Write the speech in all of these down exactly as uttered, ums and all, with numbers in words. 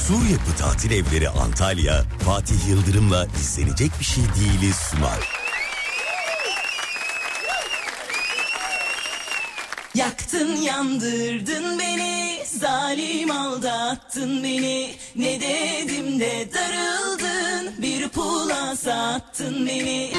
Sur Yapı Tatil Evleri Antalya, Fatih Yıldırım'la izlenecek bir şey değiliz sunar. Yaktın yandırdın beni, zalim aldattın beni. Ne dedim de darıldın, bir pula sattın beni.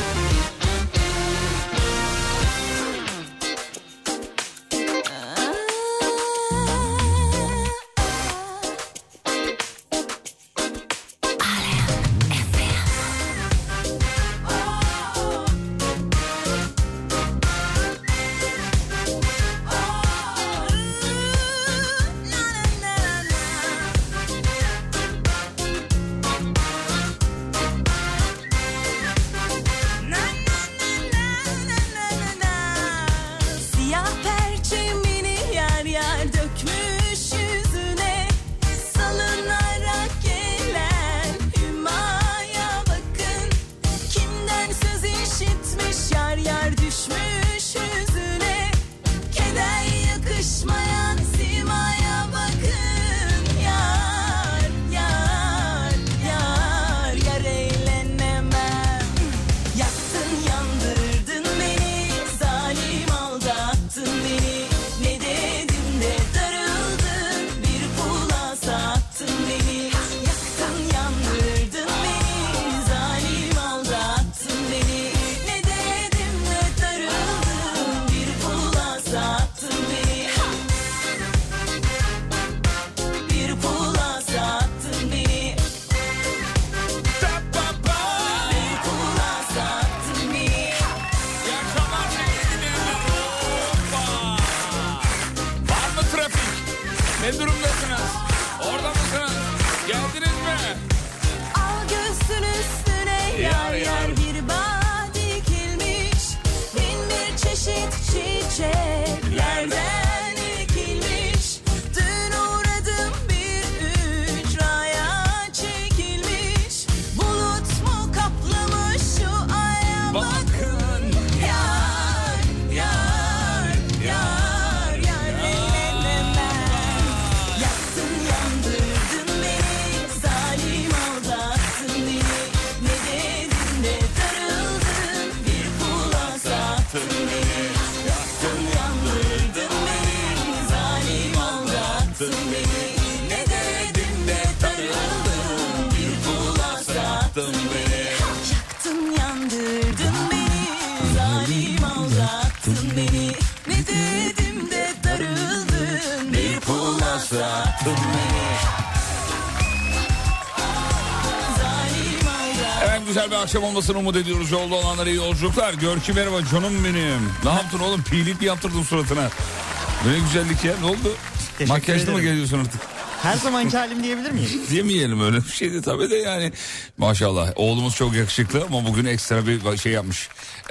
Güzel bir akşam olmasını umut ediyoruz. Yolda olanlara iyi yolculuklar. Görki merhaba canım benim. Ne yaptın oğlum? Pilik mi yaptırdın suratına? Böyle güzellik ya. Ne oldu? Makyajlı mı geliyorsun artık? Her zamanki halim diyebilir miyim? Diyemeyelim, öyle bir şeydi tabii de yani. Maşallah oğlumuz çok yakışıklı ama bugün ekstra bir şey yapmış.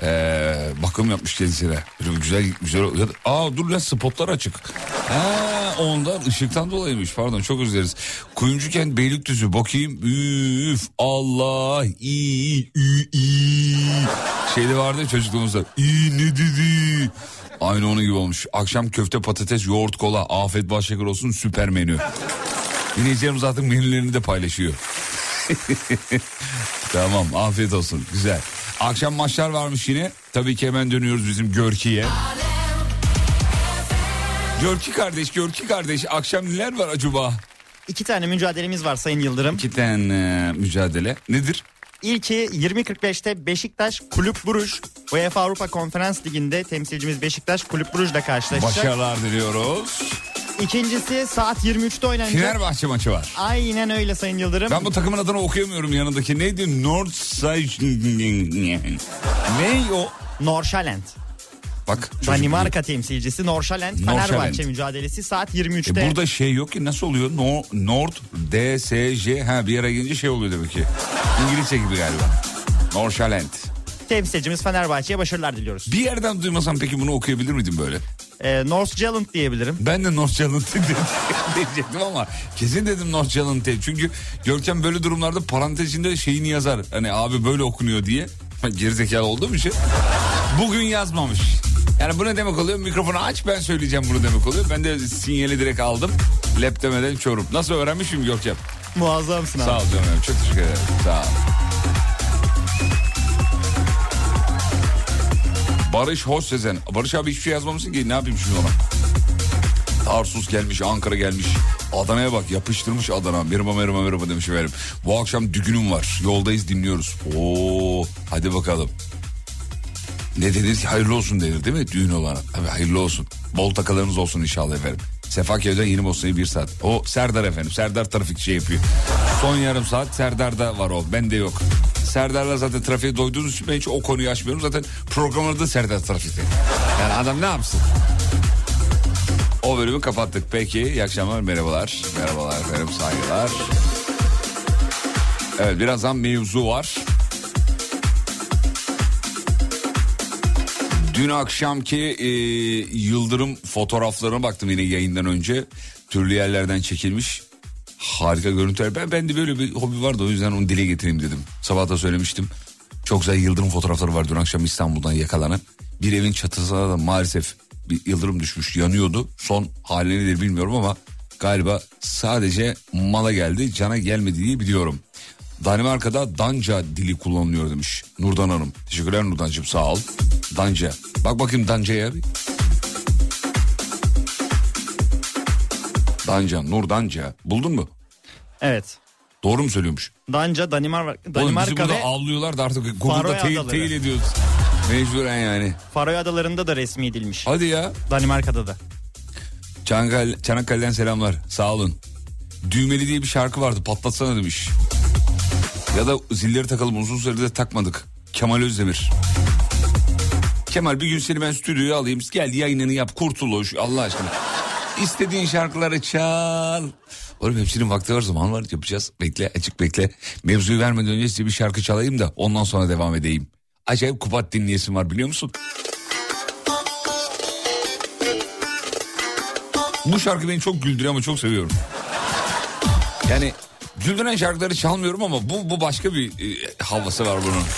Ee, bakım yapmış kendisine. Böyle güzel güzel. Aa dur lan, spotlar açık. Ha, ondan ışıktan dolayıymış, pardon, çok özleriz. Kuyumcukent Beylikdüzü, bakayım. Üf Allah iyi iyi iyi. Şeyde vardı ya çocukluğumuzda. İyi ne dedi? Aynı onun gibi olmuş. Akşam köfte, patates, yoğurt, kola. Afiyet başşeker olsun, süper menü. Dinleyicilerimiz artık menülerini de paylaşıyor. Tamam, afiyet olsun, güzel. Akşam maçlar varmış yine. Tabii ki hemen dönüyoruz bizim Görki'ye. Görki kardeş, Görki kardeş, akşam neler var acaba? İki tane mücadelemiz var Sayın Yıldırım. İki tane mücadele. Nedir? İlki yirmi kırk beşte Beşiktaş Kulüp Bruj UEFA Avrupa Konferans Ligi'nde temsilcimiz Beşiktaş Kulüp Bruj'la karşılaşacak. Başarılar diliyoruz. İkincisi saat yirmi üçte oynanacak. Fenerbahçe maçı var. Aynen öyle Sayın Yıldırım. Ben bu takımın adını okuyamıyorum yanındaki. Neydi? Nordside... Ne o? Nordsjælland. Bak. Danimarka temsilcisi Nordsjælland Fenerbahçe mücadelesi saat yirmi üçte. E burada şey yok ki, nasıl oluyor? No, Nord, D, S, J. Ha, bir ara gelince şey oluyor demek ki. İngilizce gibi galiba. Nordsjælland. Temsilcimiz Fenerbahçe'ye başarılar diliyoruz. Bir yerden duymasam peki bunu okuyabilir miydim böyle? Ee, Nordsjælland diyebilirim. Ben de Nordsjælland diyecektim ama kesin dedim Nordsjælland diye. Çünkü Görkem böyle durumlarda parantez içinde şeyini yazar. Hani abi böyle okunuyor diye. Gerizekalı olduğum için. Bugün yazmamış. Yani bu ne demek oluyor? Mikrofonu aç, ben söyleyeceğim bunu demek oluyor. Ben de sinyali direkt aldım. Lep demeden Çorup. Nasıl öğrenmişim Gökçem? Muazzamsın abi. Sağ ol canım. Çok teşekkür ederim. Sağ ol. Barış Hoş Sezen. Barış abi hiçbir şey yazmamışsın ki, ne yapayım şimdi ona? Tarsus gelmiş, Ankara gelmiş. Adana'ya bak, yapıştırmış Adana. Merhaba merhaba merhaba demiş efendim. Bu akşam düğünüm var. Yoldayız, dinliyoruz. Oo, hadi bakalım. Ne dediniz? Hayırlı olsun denir değil mi? Düğün olarak. Tabii hayırlı olsun. Bol takılarınız olsun inşallah efendim. Sefaköy'den Yeni Bosna'ya bir saat. O Serdar efendim. Serdar trafik şey yapıyor. Son yarım saat Serdar'da var o. Bende yok. Serdar'la zaten trafiğe doyduğunuz için ben hiç o konuyu açmıyorum. Zaten programlarda Serdar trafikte. Yani adam ne yapsın? O bölümü kapattık. Peki, iyi akşamlar, merhabalar. Merhabalar efendim, saygılar. Evet, birazdan mevzu var. Dün akşamki e, Yıldırım fotoğraflarına baktım yine yayından önce. Türlü yerlerden çekilmiş. Harika görüntüler. Ben, ben de böyle bir hobi vardı, o yüzden onu dile getireyim dedim. Sabah da söylemiştim. Çok güzel Yıldırım fotoğrafları var dün akşam İstanbul'dan yakalanan. Bir evin çatısına da maalesef bir yıldırım düşmüş, yanıyordu. Son hali nedir bilmiyorum ama galiba sadece mala geldi, cana gelmedi diye biliyorum. Danimarka'da Danca dili kullanılıyor demiş Nurdan Hanım. Teşekkürler Nurdancığım, sağ ol. Danca. Bak bakayım Danca'ya. Danca, Nur Danca. Buldun mu? Evet. Doğru mu söylüyormuş? Danca, Danimarka, Oğlum Danimarka bizi burada ve avlıyorlar da artık Google'da teyit, teyit ediyoruz. Mecburen yani. Faroe Adaları'nda da resmi dilmiş. Hadi ya. Danimarka'da da. Çanakkale, Çanakkale'den selamlar. Sağ olun. Düğmeli diye bir şarkı vardı, patlatsana demiş. Ya da zilleri takalım, uzun süredir de takmadık. Kemal Özdemir. Kemal, bir gün seni ben stüdyoya alayım. Gel yayınını yap, kurtuluş Allah aşkına. İstediğin şarkıları çal. Oğlum hepsinin vakti var, zaman var, yapacağız. Bekle, açık bekle. Mevzuyu vermeden önce size bir şarkı çalayım da ondan sonra devam edeyim. Acayip Kubat dinleyesim var, biliyor musun? Bu şarkı beni çok güldürüyor ama çok seviyorum. Yani güldüren şarkıları çalmıyorum ama bu bu başka bir e, havası var bunun.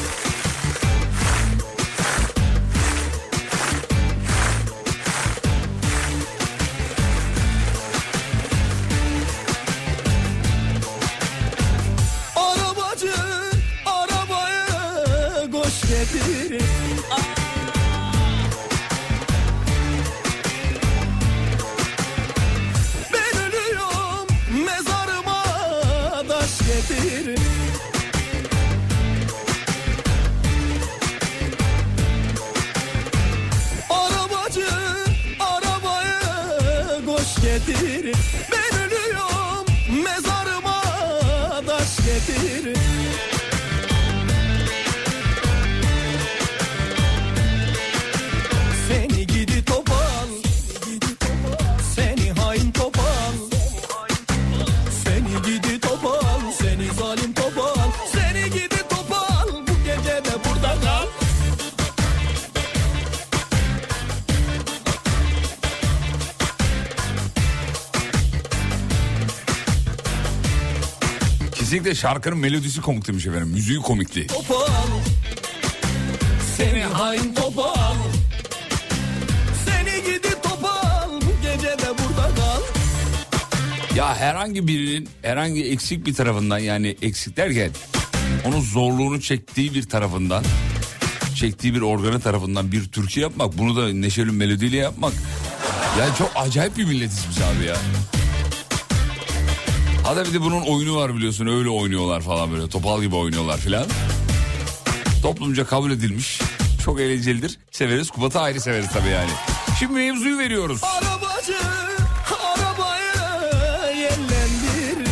Arabacı arabaya koş getir. Ben ölüyorum mezarıma taş getir. Arabacı arabaya koş getir. Ben ölüyorum mezarıma taş getir. Seni gidi topal, seni hain topal, seni gidi topal, seni zalim topal, seni gidi topal, bu gece de burada kal. Kesinlikle şarkının melodisi komik demiş efendim. Müziği komikti. Topal, seni hain topal, seni gidi topal, bu gece de burada kal. Ya herhangi birinin herhangi eksik bir tarafından, yani eksik derken onun zorluğunu çektiği bir tarafından, çektiği bir organı tarafından bir türkü yapmak, bunu da neşeli melodiyle yapmak. Yani çok acayip bir milletiz biz abi ya. Hatta bir de bunun oyunu var biliyorsun, öyle oynuyorlar falan, böyle topal gibi oynuyorlar filan. Toplumca kabul edilmiş, çok eğlencelidir, severiz. Kubat'ı ayrı severiz tabii yani. Şimdi mevzuyu veriyoruz. Arabacı arabayı yellendir.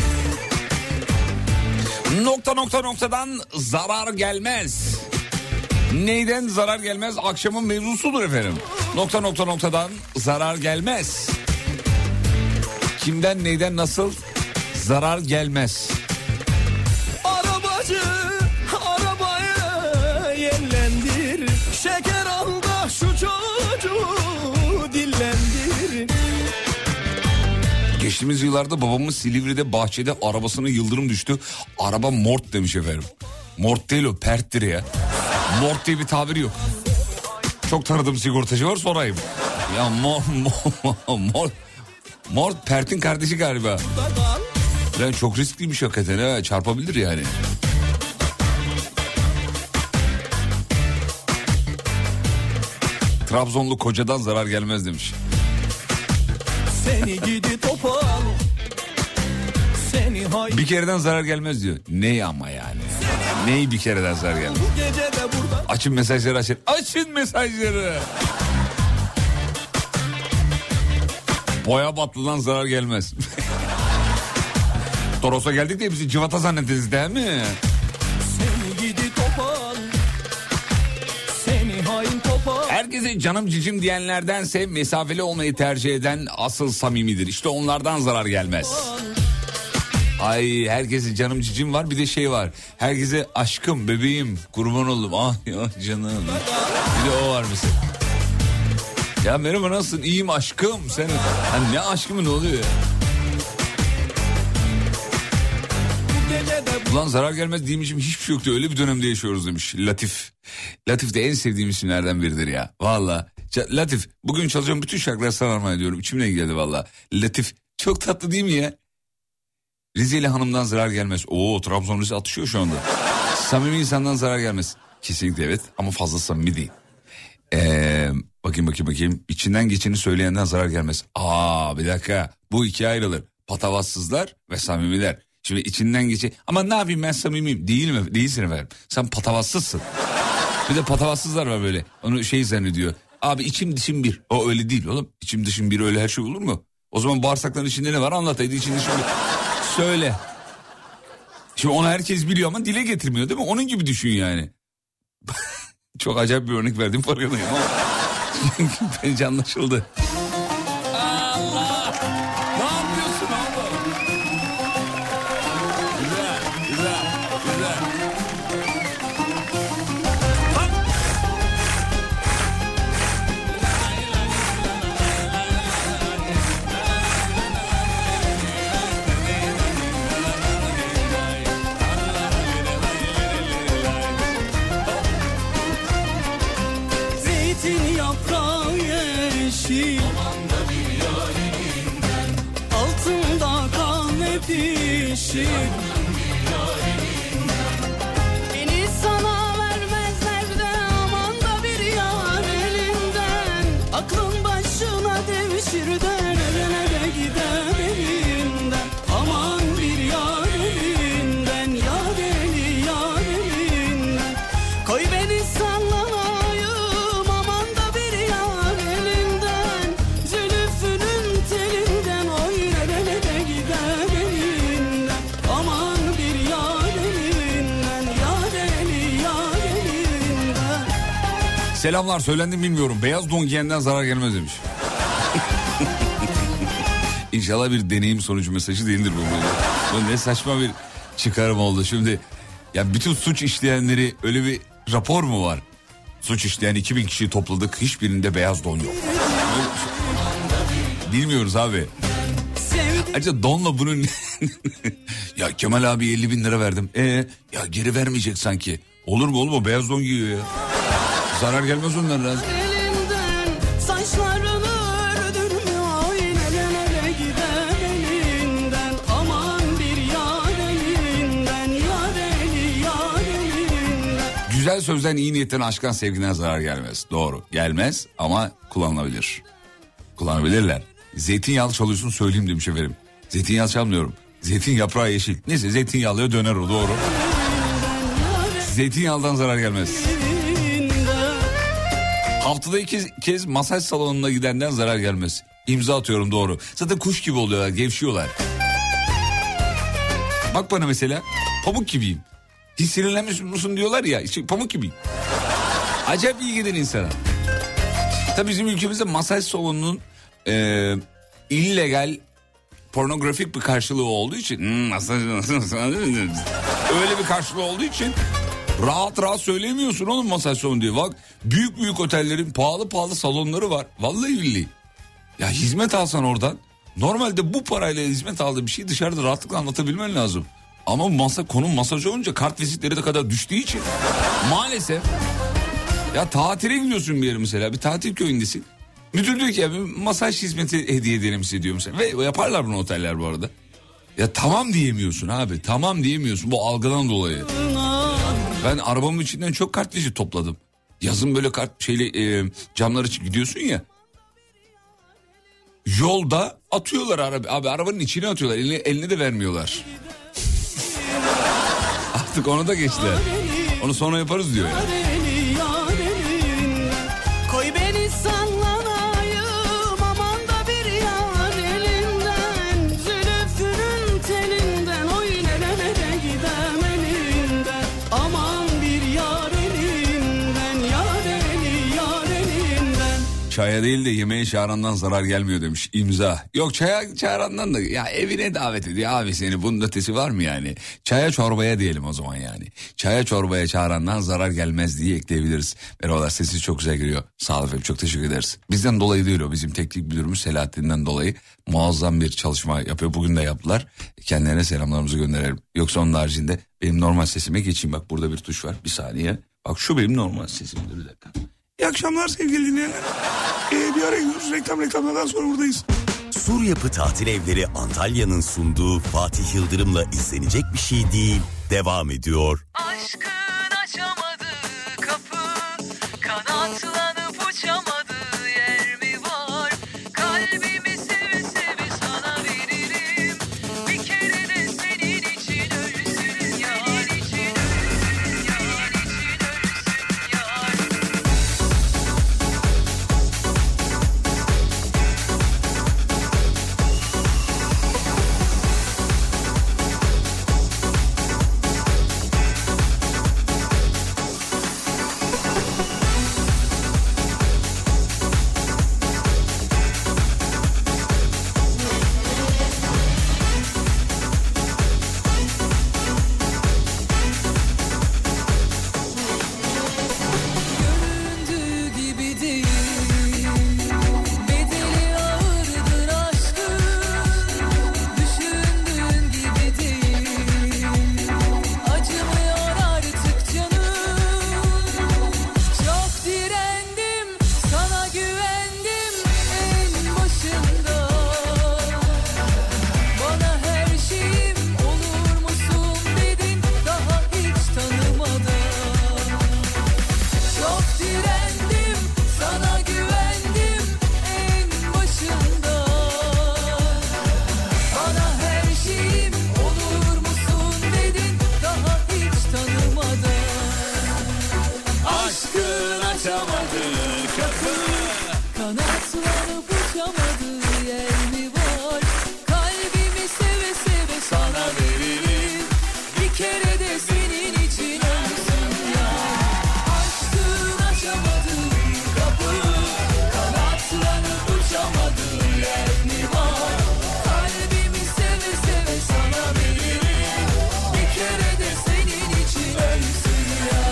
Nokta nokta noktadan zarar gelmez. Neyden zarar gelmez? Akşamın mevzusudur efendim. Nokta nokta noktadan zarar gelmez. Kimden, neyden, nasıl zarar gelmez? Arabacı arabayı yellendir. Şeker al da şu çocuğu dillendir. Geçtiğimiz yıllarda babamın Silivri'de bahçede arabasına yıldırım düştü. Araba mort demiş efendim. Mort değil o, perttir ya. Mort diye bir tabiri yok. Çok tanıdığım sigortacı var, sorayım. Ya mor mor mor mor Pert'in kardeşi galiba. Lan çok riskliymiş hakikaten ha, çarpabilir yani. Trabzonlu kocadan zarar gelmez demiş. Seni gidi topal. Seni hay. Bir kereden zarar gelmez diyor. Ney ama yani? Ney bir kereden zarar gelmez? Bu gece de burada. Açın mesajları, açın. Açın mesajları. Boya batlıdan zarar gelmez. Toros'a geldik de bizi cıvata zannettiniz değil mi? Seni gidi topal. Seni hain topal. Herkese canım cicim diyenlerdense mesafeli olmayı tercih eden asıl samimidir. İşte onlardan zarar gelmez. Ay herkese canım cicim var, bir de şey var. Herkese aşkım, bebeğim, kurban oldum. Ah ya canım. Bir de o var mesela. Ya merhaba, nasılsın? İyiyim aşkım. Sen hani ne aşkım, ne oluyor ya? Ulan zarar gelmez diymişim, hiçbir şey yoktu. Öyle bir dönemde yaşıyoruz demiş Latif. Latif de en sevdiğim isimlerden biridir ya. Valla. Latif, bugün çalacağım bütün şarkıları sana armağan ediyorum. İçimden geldi valla. Latif çok tatlı değil mi ya? Rizeli hanımdan zarar gelmez. Oo, Trabzon Rize atışıyor şu anda. Samimi insandan zarar gelmez. Kesinlikle evet, ama fazla samimi değil. Ee, bakayım bakayım bakayım. İçinden geçeni söyleyenden zarar gelmez. Aa bir dakika, bu ikiye ayrılır. Patavatsızlar ve samimiler. Şimdi içinden geçen, ama ne yapayım ben samimiyim. Değil mi? Değilsin efendim. Sen patavatsızsın. Bir de patavatsızlar var böyle. Onu şey zannediyor. Abi içim dışım bir. O öyle değil oğlum. İçim dışım bir, öyle her şey olur mu? O zaman bağırsakların içinde ne var anlataydı. İçin dışım bir. Söyle. Şimdi onu herkes biliyor ama dile getirmiyor değil mi? Onun gibi düşün yani. Çok acayip bir örnek verdim farkındayım ama. Bence anlaşıldı. Allah! Ne yapıyorsun oğlum? Güzel, güzel, güzel. Zeytin yaprağı yeşil. Altında kahve pişir. Beni sana vermezler de aman da bir yar elinden. Aklın başına devşir de nerelere gider elinden. Aman bir yar elinden, yar eli yar elinden. Koy beni sallanayım aman da bir yar elinden. Zülüfünün telinden oy nerelere gider elinden. Aman bir yar elinden, yar eli yar elinden. Selamlar, söylendim bilmiyorum. Beyaz don giyenden zarar gelmez demiş. İnşallah bir deneyim sonucu mesajı değildir bu. Bu ne saçma bir çıkarım oldu. Şimdi ya bütün suç işleyenleri, öyle bir rapor mu var? Suç işleyen iki bin kişiyi topladık, hiçbirinde beyaz don yok. Bilmiyoruz abi. Ayrıca donla bunun... Ya Kemal abi elli bin lira verdim. E ya geri vermeyecek sanki. Olur mu oğlum, o beyaz don giyiyor ya. Zarar gelmez onlardan. Elinden saçlarını ördürme oy nerelere gider elinden. Aman bir yar elinden, yar eli yar elinden. Güzel sözden, iyi niyetten, aşktan, sevgiden zarar gelmez. Doğru, gelmez ama kullanılabilir. Kullanabilirler. Zeytinyağlı çalıyorsun söyleyeyim demiş efendim. Zeytinyağı çalmıyorum. Zeytin yaprağı yeşil. Neyse, zeytinyağlıya döner o, doğru. Zeytinyağlıdan zarar gelmez. Haftada iki kez masaj salonuna gidenden zarar gelmez. İmza atıyorum, doğru. Zaten kuş gibi oluyorlar, gevşiyorlar. Bak bana mesela, pamuk gibiyim. Hiç sinirlenmiş musun diyorlar ya, işte pamuk gibiyim. Acayip iyi gelir insana. Tabii bizim ülkemizde masaj salonunun e, illegal, pornografik bir karşılığı olduğu için... Hmm, masaj, öyle bir karşılığı olduğu için... Rahat rahat söyleyemiyorsun oğlum masaj salonu diye. Bak büyük büyük otellerin pahalı pahalı salonları var. Vallahi billahi. Ya hizmet alsan oradan. Normalde bu parayla hizmet aldığı bir şeyi dışarıda rahatlıkla anlatabilmen lazım. Ama masa konum masaj olunca kart vizitleri de kadar düştüğü için maalesef Ya tatile gidiyorsun bir yere mesela, bir tatil köyündesin. Müdür diyor ki ya bir masaj hizmeti hediye edelim size diyor mesela. Ve yaparlar bunu oteller bu arada. Ya tamam diyemiyorsun abi, tamam diyemiyorsun bu algıdan dolayı. Ben arabamın içinden çok kart vizit topladım. Yazın böyle kart şeyle e, camlar açık gidiyorsun ya. Yolda atıyorlar arabayı. Abi arabanın içine atıyorlar. Eline, eline de vermiyorlar. Artık onu da geçtiler. Onu sonra yaparız diyor ya. Koy beni sallanayım aman da bir yar elinden. Zülüfünün telinden oy nerelere gidem elinden. Aman bir yar elinden, yar eli yar elinden. Çaya değil de yemeğe çağırandan zarar gelmiyor demiş imza. Yok çaya çağırandan da ya evine davet ediyor abi seni, bunun ötesi var mı yani? Çaya çorbaya diyelim o zaman yani. Çaya çorbaya çağırandan zarar gelmez diye ekleyebiliriz. Merhabalar, sesi çok güzel geliyor. Sağ olun efendim, çok teşekkür ederiz. Bizden dolayı değil o, bizim teknik müdürümüz Selahattin'den dolayı muazzam bir çalışma yapıyor. Bugün de yaptılar. Kendilerine selamlarımızı gönderelim. Yoksa onun haricinde benim normal sesime geçeyim. Bak burada bir tuş var, bir saniye. Bak şu benim normal sesimdir, bir dakika. İyi akşamlar sevgili dinleyenler. Ee, bir ara gidiyoruz, reklam reklamlardan sonra buradayız. Sur Yapı Tatil Evleri Antalya'nın sunduğu Fatih Yıldırım'la izlenecek bir şey değil devam ediyor. Aşkın açamadığı kapı, kanatlanıp uçamadığı yer mi var? Kalbimi seve seve sana veririm. Bir kere de senin için ölsün yar, için ölsün yar, için ölsün yar. Göründüğü gibi değil, bedeli ağırdır aşkın. Düşündüğün gibi değil, acımıyor artık canım. Çok direndim, sana güvendim en başında. Bana her şeyim olur musun dedin, daha hiç tanımadan. Çok direndim, sana güvendim en başında. Bana her şeyim olur musun dedin, daha hiç tanımadan. Aşkın açamadığı kapı, kanatlanıp uçamadığı yer mi var? Kalbimi seve seve sana veririm. Bir kere de senin için ölsün ya. Aşkın açamadığı kapı, kanatlanıp uçamadığı yer mi var? Kalbimi seve seve sana veririm. Bir kere de senin için ölsün ya.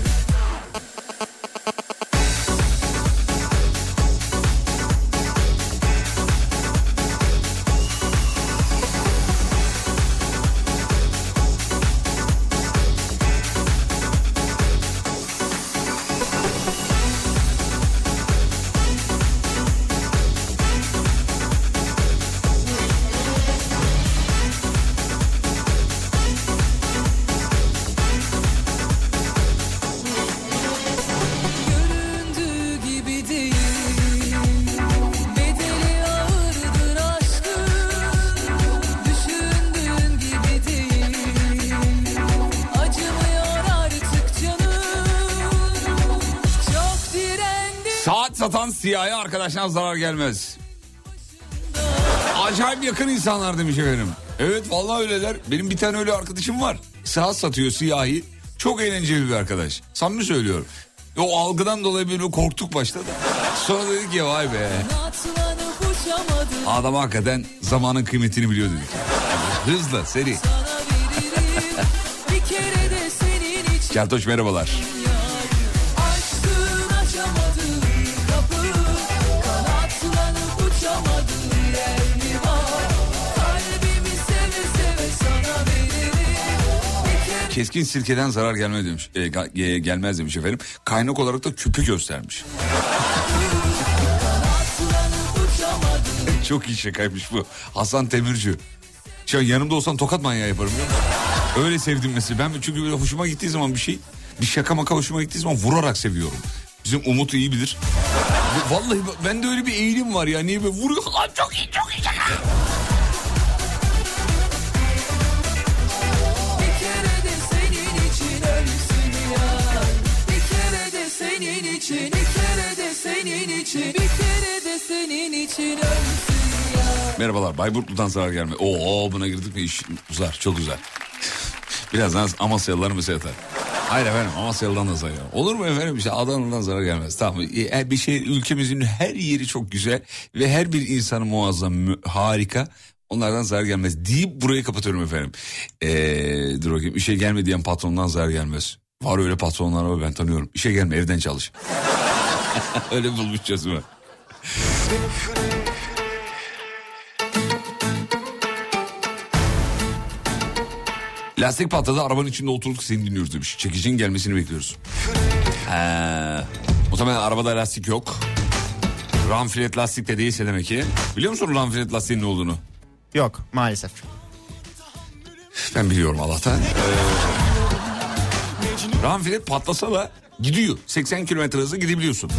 Göründüğü gibi değil, bedeli ağırdır aşkın. Düşündüğün gibi değil, acımıyor artık canım. Çok direndim. Saat satan siyahi arkadaşlar zarar gelmez. Acayip yakın insanlar demiş efendim. Evet vallahi öyleler. Benim bir tane öyle arkadaşım var. Saat satıyor siyahi. Çok eğlenceli bir arkadaş. Samimi söylüyorum. O algıdan dolayı böyle korktuk başta da. Sonra dedik ya vay be. Kanatlanıp uçamadığı Adam hakikaten zamanın kıymetini biliyor dedik. Yani hızlı, seri. sana veririm. Bir kere de senin için Keltoş merhabalar. aşkın açamadığı kapı, kanatlanıp uçamadığı yer mi var? Kalbimi seve seve sana veririm. Bir kere Keskin sirkeden zarar gelmez demiş. E, ge- gelmez demiş efendim. Kaynak olarak da küpü göstermiş. Çok iyi şakaymış bu. Hasan Temirci. Şu an yanımda olsan tokat manyağı yaparım. Öyle sevdim mesela. Ben çünkü böyle hoşuma gittiği zaman bir şey, bir şaka maka hoşuma gittiği zaman vurarak seviyorum. Bizim Umut iyi bilir. Vallahi bende öyle bir eğilim var ya. Niye böyle vuruyor? Lan çok iyi, çok iyi şaka. Bir kere de senin için ölsün ya. Bir kere de senin için, bir kere de senin için, bir kere de senin için ölsün ya. Merhabalar, Bayburtlu'dan zarar gelme. Oo, buna girdik mi iş uzar, çok uzar. Birazdan Amasyalılar mesela atar. Hayır efendim, Amasyalı'dan da zarar gelmez. Olur mu efendim, işte Adana'dan zarar gelmez. Tamam, bir şey, ülkemizin her yeri çok güzel ve her bir insanı muazzam, harika. Onlardan zarar gelmez deyip burayı kapatıyorum efendim. Ee, dur bakayım, işe gelme diyen patrondan zarar gelmez. Var öyle patronlar ama ben tanıyorum. İşe gelme, evden çalış. Öyle bulmuş çözümü. Lastik patladı, arabanın içinde oturduk, seni dinliyoruz demiş. Çekicinin gelmesini bekliyoruz. Ee, muhtemelen arabada lastik yok. Ramfilet lastik de değilse demek ki. Biliyor musun ramfilet lastiğin ne olduğunu? Yok maalesef. Ben biliyorum Allah'tan. Ee, ramfilet patlasa da gidiyor. seksen kilometre hızla gidebiliyorsun.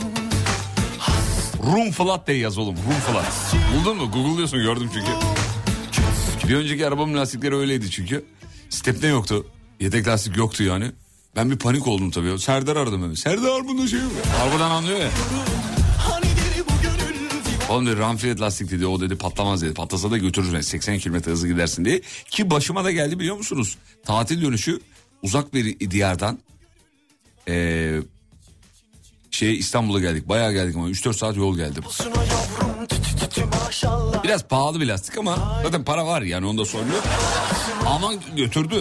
Rum flat diye yaz oğlum. Rum flat. Buldun mu? Google'lıyorsun, gördüm çünkü. Bir önceki arabamın lastikleri öyleydi çünkü. Stepne yoktu. Yedek lastik yoktu yani. Ben bir panik oldum tabii. Serdar aradım hemen. Serdar bunda şey yok. Arabadan anlıyor ya. Oğlum dedi ramfilet lastik dedi. O dedi patlamaz dedi. Patlasa da götürür. seksen kilometre hızlı gidersin diye. Ki başıma da geldi biliyor musunuz? Tatil dönüşü uzak bir diyardan ee, şey İstanbul'a geldik. Bayağı geldik ama üç dört saat yol geldim. Biraz pahalı bir lastik ama zaten para var yani, onda sorun yok. Ama götürdü.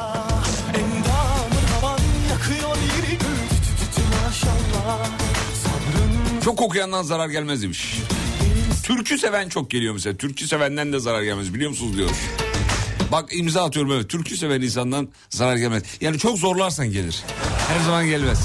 Çok okuyandan zarar gelmez demiş. Türkü seven çok geliyor mesela. Türkü sevenden de zarar gelmez biliyor musunuz diyor. Bak imza atıyorum, evet. Türkü seven insandan zarar gelmez. Yani çok zorlarsan gelir. Her zaman gelmez.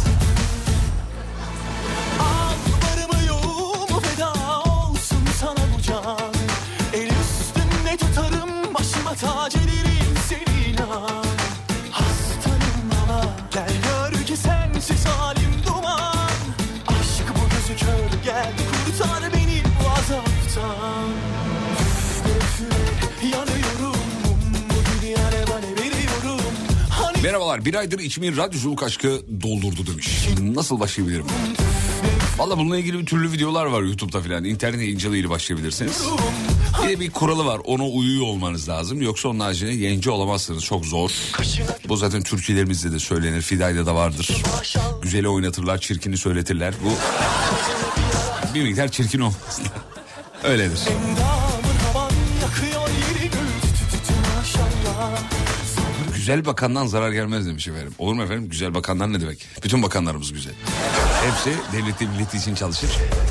Tac ederim seni inan. Hastanım ama gel gör ki sensiz halim duman. Aşk bu gözü kör, gel kurtar beni bu azaptan. Üf, üf, yanıyorum, bu bir alev alev veriyorum. Hani... Merhabalar, bir aydır içimi radyoculuk aşkı doldurdu demiş. Nasıl başlayabilirim? Valla bununla ilgili bir türlü videolar var YouTube'da filan. İnternet inceliyle başlayabilirsiniz. Bir de bir kuralı var, ona uyuyor olmanız lazım. Yoksa onun haricinde yayıncı olamazsınız, çok zor. Bu zaten türkülerimizde de söylenir, Fiday'da da vardır. Güzeli oynatırlar, çirkini söyletirler. Bu bir miktar çirkin o. Öyledir. Güzel bakandan zarar gelmez demiş efendim. Olur mu efendim? Güzel bakanlar ne demek? Bütün bakanlarımız güzel. Hepsi devleti milleti için çalışır.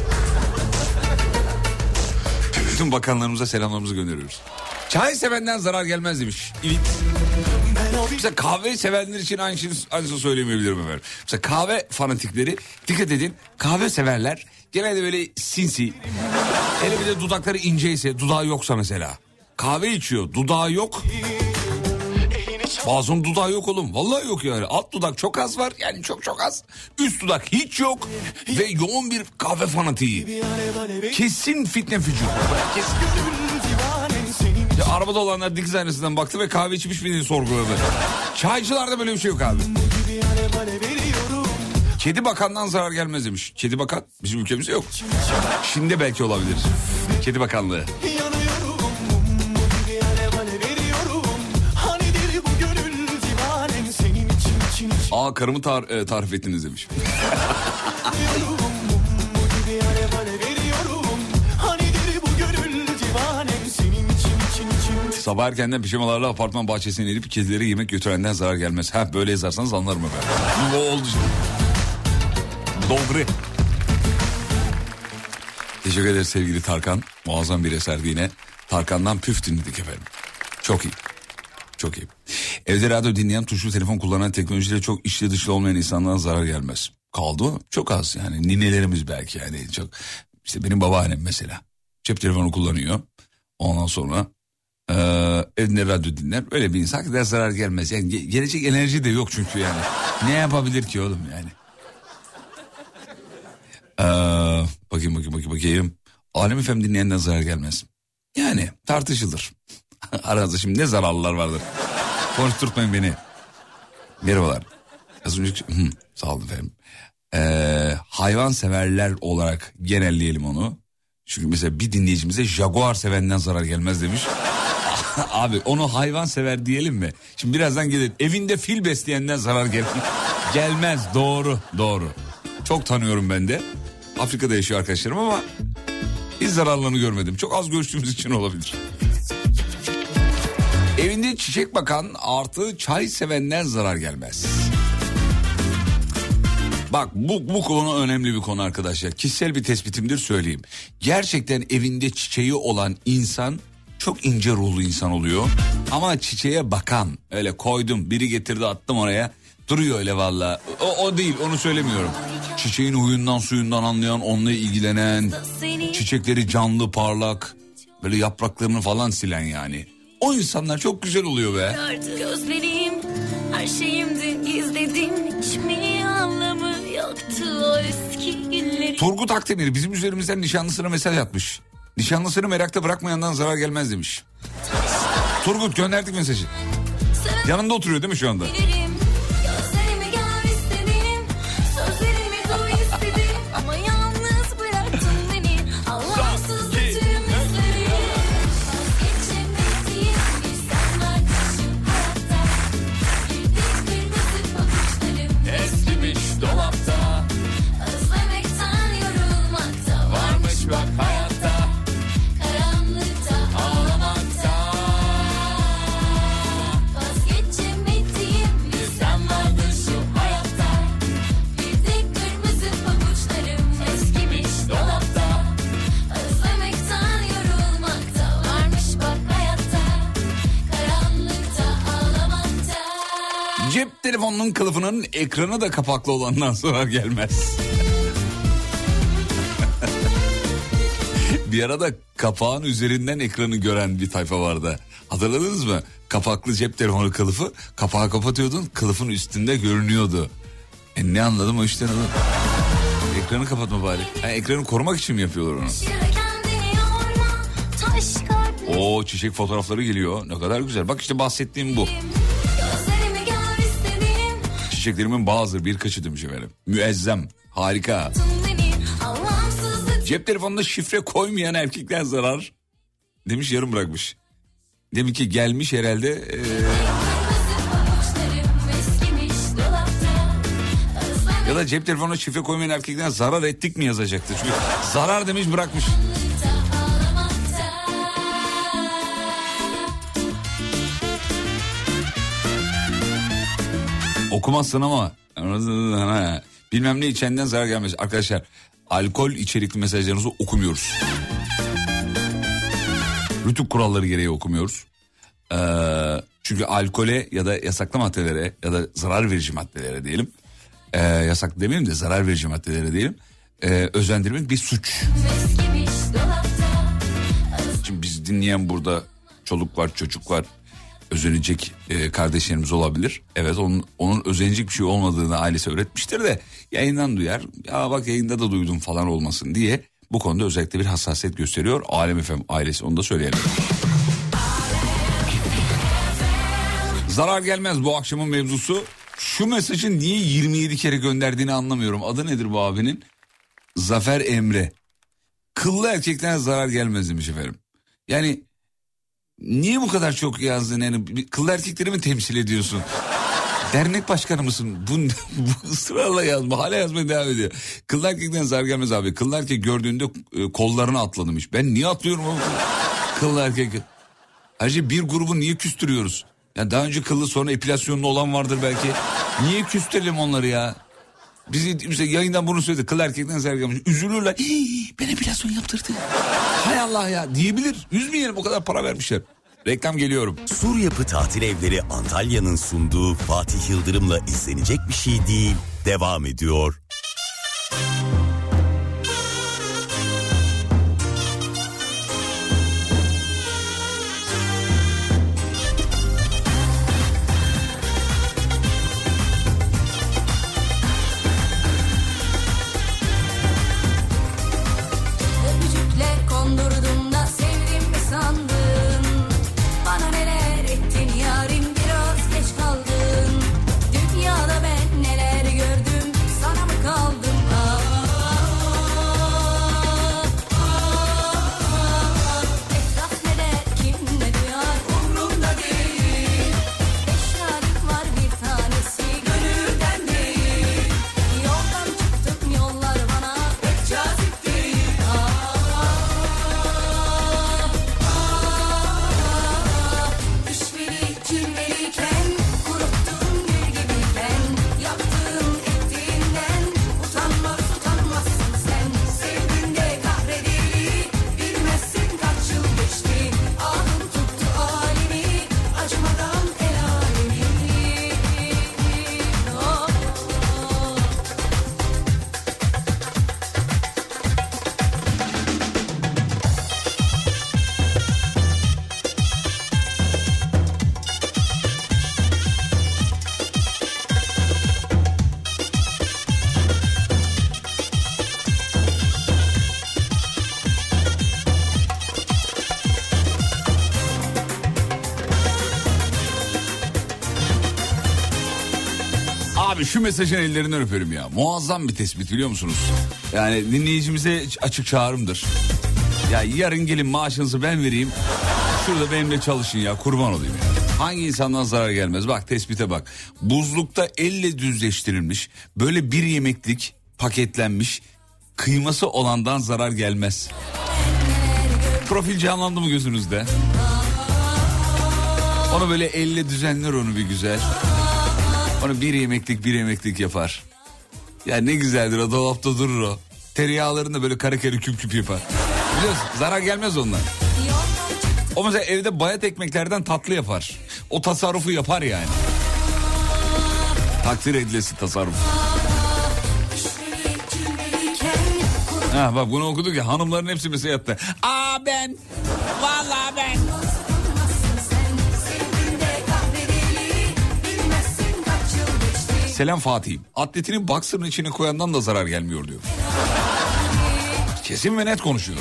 Bütün bakanlarımıza selamlarımızı gönderiyoruz. Çay sevenden zarar gelmez demiş. İlik. Mesela kahve sevenler için aynısını, aynısını söylemeyebilirim efendim. Mesela kahve fanatikleri, dikkat edin, kahve severler genelde böyle sinsi. Hele bir de dudakları inceyse, dudağı yoksa mesela. Kahve içiyor, dudağı yok. Bazen dudağı yok oğlum. Vallahi yok yani. Alt dudak çok az var. Yani çok çok az. Üst dudak hiç yok. Ve yoğun bir kahve fanatiği. Kesin fitne fücur. Kesin. Ya, arabada olanlar dikiz aynasından baktı ve kahve içmiş miydi sorguladı. Çaycılarda böyle bir şey yok abi. Kedi bakandan zarar gelmez demiş. Kedi bakan bizim ülkemizde yok. Şimdi belki olabilir. Kedi bakanlığı. Aa, karımı tar- e, tarif ettiniz demiş. Sabah erkenden pijamalarla apartman bahçesine inip kedilere yemek götürenden zarar gelmez. Ha, böyle yazarsanız anlarım efendim. Bu oldu şimdi. Dobri. Teşekkür ederiz sevgili Tarkan. Muazzam bir eserdi yine. Tarkan'dan Püf dinledik efendim. Çok iyi. Çok iyi. Evde radyo dinleyen, tuşlu telefon kullanan, teknolojiyle çok içli dışlı olmayan insanlara zarar gelmez. Kaldı mı? Çok az yani. Ninelerimiz belki yani çok. İşte benim babaannem mesela. Cep telefonu kullanıyor. Ondan sonra e, evde radyo dinler. Öyle bir insan ki zarar gelmez. Yani ge- gelecek enerji de yok çünkü yani. Ne yapabilir ki oğlum yani? Ee, bakayım bakayım bakayım bakayım. Alem F M dinleyenden zarar gelmez. Yani tartışılır. Aranızda şimdi ne zararlılar vardır. Konuşturtmayın beni. Merhabalar. Az önce... Hı, sağ olun efendim. Ee, hayvan severler olarak genelleyelim onu. Çünkü mesela bir dinleyicimize jaguar sevenden zarar gelmez demiş. Abi onu hayvan sever diyelim mi? Şimdi birazdan gelir. Evinde fil besleyenden zarar gelmez. Gelmez, doğru doğru. Çok tanıyorum ben de. Afrika'da yaşıyor arkadaşlarım ama hiç zararlarını görmedim. Çok az görüştüğümüz için olabilir. Evinde çiçek bakan artı çay sevenden zarar gelmez. Bak bu, bu konu önemli bir konu arkadaşlar. Kişisel bir tespitimdir, söyleyeyim. Gerçekten evinde çiçeği olan insan çok ince ruhlu insan oluyor. Ama çiçeğe bakan, öyle koydum biri getirdi attım oraya duruyor öyle valla. O, o değil, onu söylemiyorum. Çiçeğin huyundan suyundan anlayan, onunla ilgilenen, çiçekleri canlı parlak, böyle yapraklarını falan silen yani. O insanlar çok güzel oluyor be. Gözlerim her şeyimdi, gizledim, hiç mi anlamı yoktu o eski günleri. Turgut Akdemir bizim üzerimizden nişanlısına mesaj atmış. Nişanlısını merakta bırakmayandan zarar gelmez demiş. Turgut, gönderdik mesajı. Yanında oturuyor değil mi şu anda? Gözlerimi gör istedim, sözlerimi duy istedim, ama yalnız bıraktın beni. Allahsız tüm üzleri. Vazgeçemediğim bir sen varmışım hayatta. Giydik kırmızı pabuçlarım eskimiş dolapta. Özlemekten yorulmakta varmış bak hayatta. Karanlıkta ağlamakta. Vazgeçemediğim bir sen vardın şu hayatta. Giydik kırmızı pabuçlarım eskimiş dolapta. Özlemekten yorulmakta varmış bak hayatta. Karanlıkta ağlamakta. Cep telefonunun kılıfının ekranı da kapaklı olandan zarar gelmez. Bir arada kapağın üzerinden ekranı gören bir tayfa vardı. Hatırladınız mı? Kapaklı cep telefonu kılıfı, kapağı kapatıyordun, kılıfın üstünde görünüyordu. E ne anladım o işten oğlum? Ekranı kapatma bari. Ha, ekranı korumak için mi yapıyorlar onu? Kendini yorma, taş kalpli. Oo, çiçek fotoğrafları geliyor. Ne kadar güzel. Bak işte bahsettiğim bu. Gözlerimi gör istedim, Çiçeklerimin bazıları, birkaçı demiş efendim. Müezzem, harika. beni anlamsızlık. Cep telefonuna şifre koymayan erkekler zarar demiş, yarım bırakmış. Demek ki gelmiş herhalde. Ee... Ya da cep telefonuna şifre koymayan erkekler zarar ettik mi yazacaktı. Çünkü zarar demiş, bırakmış. Okumazsın ama bilmem ne içenden zarar gelmez. Arkadaşlar, alkol içerikli mesajlarınızı okumuyoruz. Rütük kuralları gereği okumuyoruz. Ee, çünkü alkole ya da yasaklı maddelere ya da zarar verici maddelere diyelim. Ee, yasaklı demeyeyim de zarar verici maddelere diyelim. Ee, özendirmek bir suç. Şimdi biz dinleyen burada çoluk var, çocuk var. Özenecek e, kardeşlerimiz olabilir. Evet, onun, onun özenecek bir şey olmadığını ailesi öğretmiştir de yayından duyar. Ya bak yayında da duydum falan olmasın diye bu konuda özellikle bir hassasiyet gösteriyor Alem F M ailesi, onu da söyleyelim. Zarar gelmez bu akşamın mevzusu. Şu mesajın niye yirmi yedi kere gönderdiğini anlamıyorum. Adı nedir bu abinin? Zafer Emre. Kıllı erkekten zarar gelmez demiş efendim. Yani niye bu kadar çok yazdın? Yani kıllı erkekleri mi temsil ediyorsun? Dernek başkanı mısın? Bu, bu ısrarla yazma. Hala yazmaya devam ediyor. Kıllı erkekten zarar gelmez abi. Kıllı erkek gördüğünde e, kollarını atla demiş. Ben niye atlıyorum oğlum? Kıllı erkek. Ayrıca bir grubu niye küstürüyoruz? Yani daha önce kıllı sonra epilasyonlu olan vardır belki. Niye küstelim onları ya? Biz işte yayından bunu söyledik. Kıllı erkekten zarar gelmiş. Üzülürler. Ben epilasyon yaptırdı. Hay Allah ya diyebilir. Üzmeyelim, o kadar para vermişler. Reklam, geliyorum. Sur Yapı Tatil Evleri Antalya'nın sunduğu Fatih Yıldırım'la izlenecek bir şey değil, devam ediyor. Öpücükler kondurdum da sevdim mi sandın? Bana neler ettin yarim, biraz geç kaldın. Dünyada ben neler gördüm, sana mı kaldım? Ah, ah, ah. Etraf ne der, kim ne duyar, umrumda değil. Beş yarim var, bir tanesi gönülden değil. Yoldan çıktım, yollar bana pek cazip değil. Düşmeli cilveliyken, kuruttun gül gibiyken, yaptığın ettiğinden utanmaz utanmazsın sen. Sevdiğinde kahredildi, bilmezsin kaç yıl geçti. Ahım tuttu halimi, acımadan el alemi. Oh. Abi şu mesajın ellerinden öperim ya. Muazzam bir tespit, biliyor musunuz? Yani dinleyicimize açık çağrımdır. Ya yarın gelin maaşınızı ben vereyim. Şurada benimle çalışın ya, kurban olayım ya. Hangi insandan zarar gelmez? Bak tespite bak. Buzlukta elle düzleştirilmiş böyle bir yemeklik paketlenmiş kıyması olandan zarar gelmez. Profil canlandı mı gözünüzde? Onu böyle elle düzenler, onu bir güzel. Onu bir yemeklik bir yemeklik yapar. Ya ne güzeldir o, dolapta durur o. Tereyağlarını da böyle kare kare küp küp yapar. Biliyorsun, zarar gelmez ondan. O mesela evde bayat ekmeklerden tatlı yapar. O tasarrufu yapar yani. Takdir edilesi tasarruf. Ha bak, bunu okuduk ya, hanımların hepsi mesela yattı. Aa ben, vallahi ben. Selam Fatih'im. Atletini boxer'ın içine koyandan da zarar gelmiyor diyor. Kesin ve net konuşuyor.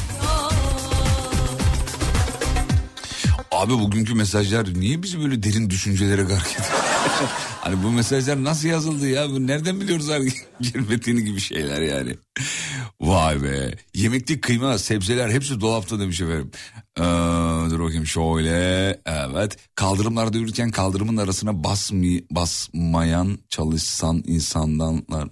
Abi bugünkü mesajlar niye bizi böyle derin düşüncelere gark ediyor? Hani bu mesajlar nasıl yazıldı ya? Bu nereden biliyoruz girmediğini gibi şeyler yani. Vay be. Yemeklik kıyma, sebzeler hepsi dolapta demiş efendim. Ee, dur bakayım şöyle. Evet. Kaldırımlarda yürürken kaldırımın arasına basmay basmayan çalışsan insanlar...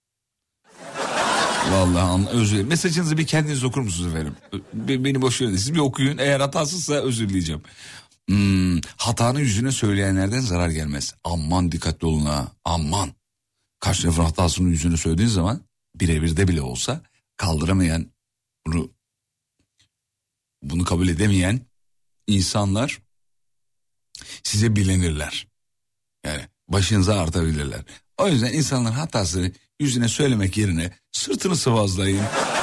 Vallahi özür dilerim. Mesajınızı bir kendiniz okur musunuz efendim? Beni boş verin. Siz bir okuyun. Eğer hatasızsa özür dileyeceğim. Hmm, hatanın yüzüne söyleyenlerden zarar gelmez. Aman dikkatli olun ha. Aman. Karşı tarafın hatasının yüzüne söylediğin zaman birebir de bile olsa kaldıramayan, bunu bunu kabul edemeyen insanlar size bilenirler. Yani başınıza artabilirler. O yüzden insanların hatasını yüzüne söylemek yerine sırtını sıvazlayın.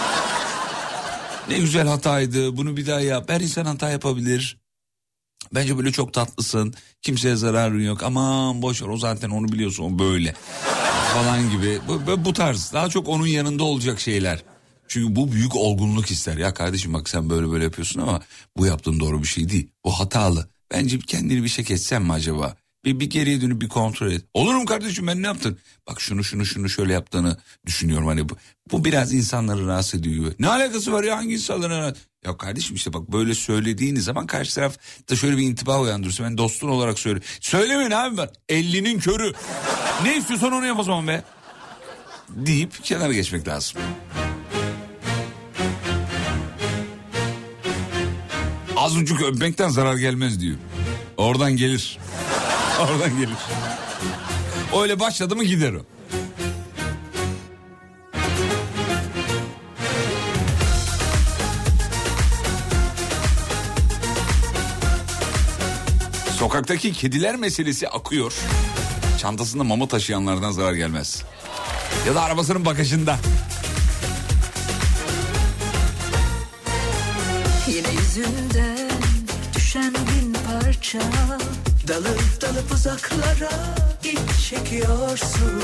Ne güzel hataydı, bunu bir daha yap. Her insan hata yapabilir. Bence böyle çok tatlısın. Kimseye zararın yok. Aman boş ver, o zaten onu biliyorsun, o böyle falan gibi. Bu, bu tarz daha çok onun yanında olacak şeyler. Çünkü bu büyük olgunluk ister. Ya kardeşim bak sen böyle böyle yapıyorsun ama bu yaptığın doğru bir şey değil. O hatalı. Bence kendini bir şey etsen mi acaba? Bir, bir geriye dönüp bir kontrol et. Olur mu kardeşim, ben ne yaptın? Bak şunu şunu şunu şöyle yaptığını düşünüyorum. Hani bu, bu biraz insanları rahatsız ediyor. Ne alakası var ya, hangi insanlara? Ya kardeşim işte bak böyle söylediğiniz zaman karşı taraf da şöyle bir intiba uyandırırsın. Ben dostun olarak söyle. Söylemeyin abi ben. Ellinin körü. Ne istiyorsan onu yap o zaman be. Deyip kenara geçmek lazım. Azıcık öpmekten zarar gelmez diyor. Oradan gelir. Oradan gelir. Öyle başladı mı gider o. Sokaktaki kediler meselesi akıyor. Çantasında mama taşıyanlardan zarar gelmez. Ya da arabasının bagajında. Yine yüzünden düşen bin parça, dalıp dalıp uzaklara iç çekiyorsun.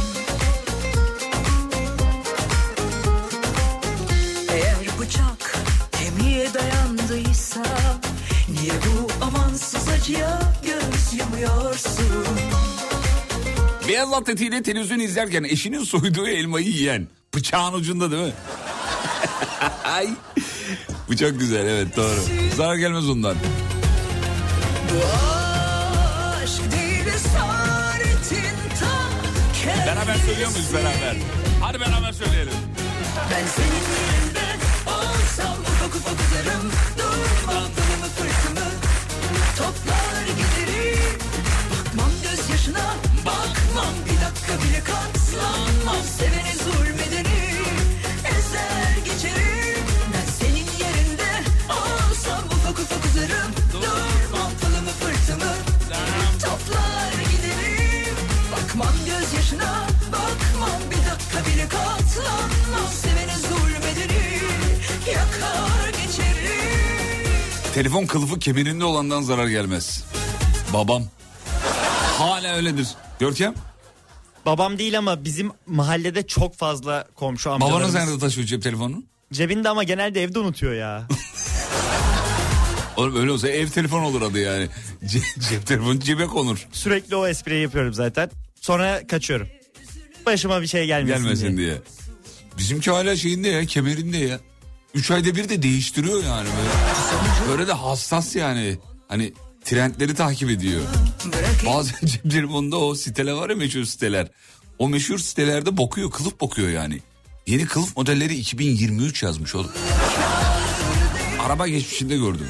Eğer bıçak kemiğe dayandıysa, niye bu amansız acıya göz yumuyorsun? Beyaz atletiyle televizyon izlerken eşinin soyduğu elmayı yiyen, bıçağın ucunda değil mi? Ay. Bu çok güzel, evet doğru. Zarar gelmez ondan. Bu aşk değil esaretin ta kendisi. Beraber söylüyor muyuz beraber? Hadi beraber söyleyelim. Ben senin yerinde olsam ufak ufak uzarım. Durmam pılımı fırtımı, toplar giderim. Bakmam gözyaşına, bakmam bir dakika bile katlanmam. Sevene zulmederim, ezer geçerim. Ben senin yerinde olsam ufak ufak uzarım. Durmam pılımı fırtımı, toplar giderim. Bakmam gözyaşına, bakmam bir dakika bile katlanmam. Sevene zulmederim, yakar geçerim. Telefon kılıfı kemerinde olandan zarar gelmez. Babam. Hala öyledir. Görkem? Babam değil ama bizim mahallede çok fazla komşu amcalarımız. Babanız nerede taşıyor cep telefonunu? Cebinde ama genelde evde unutuyor ya. Oğlum öyle olsa ev telefonu olur adı yani. Ce- cep telefonu cebe konur. Sürekli o espriyi yapıyorum zaten. Sonra kaçıyorum. Başıma bir şey gelmesin, Gelmesin diye. diye. Bizimki hala şeyinde ya, kemerinde ya. Üç ayda bir de değiştiriyor yani böyle. Böyle de hassas yani. Hani trendleri takip ediyor. Bazen cep telefonunda o siteler var ya, meşhur siteler. O meşhur sitelerde bakıyor, kılıf bakıyor yani. Yeni kılıf modelleri iki bin yirmi üç yazmış oğlum. Araba geçmişinde gördüm.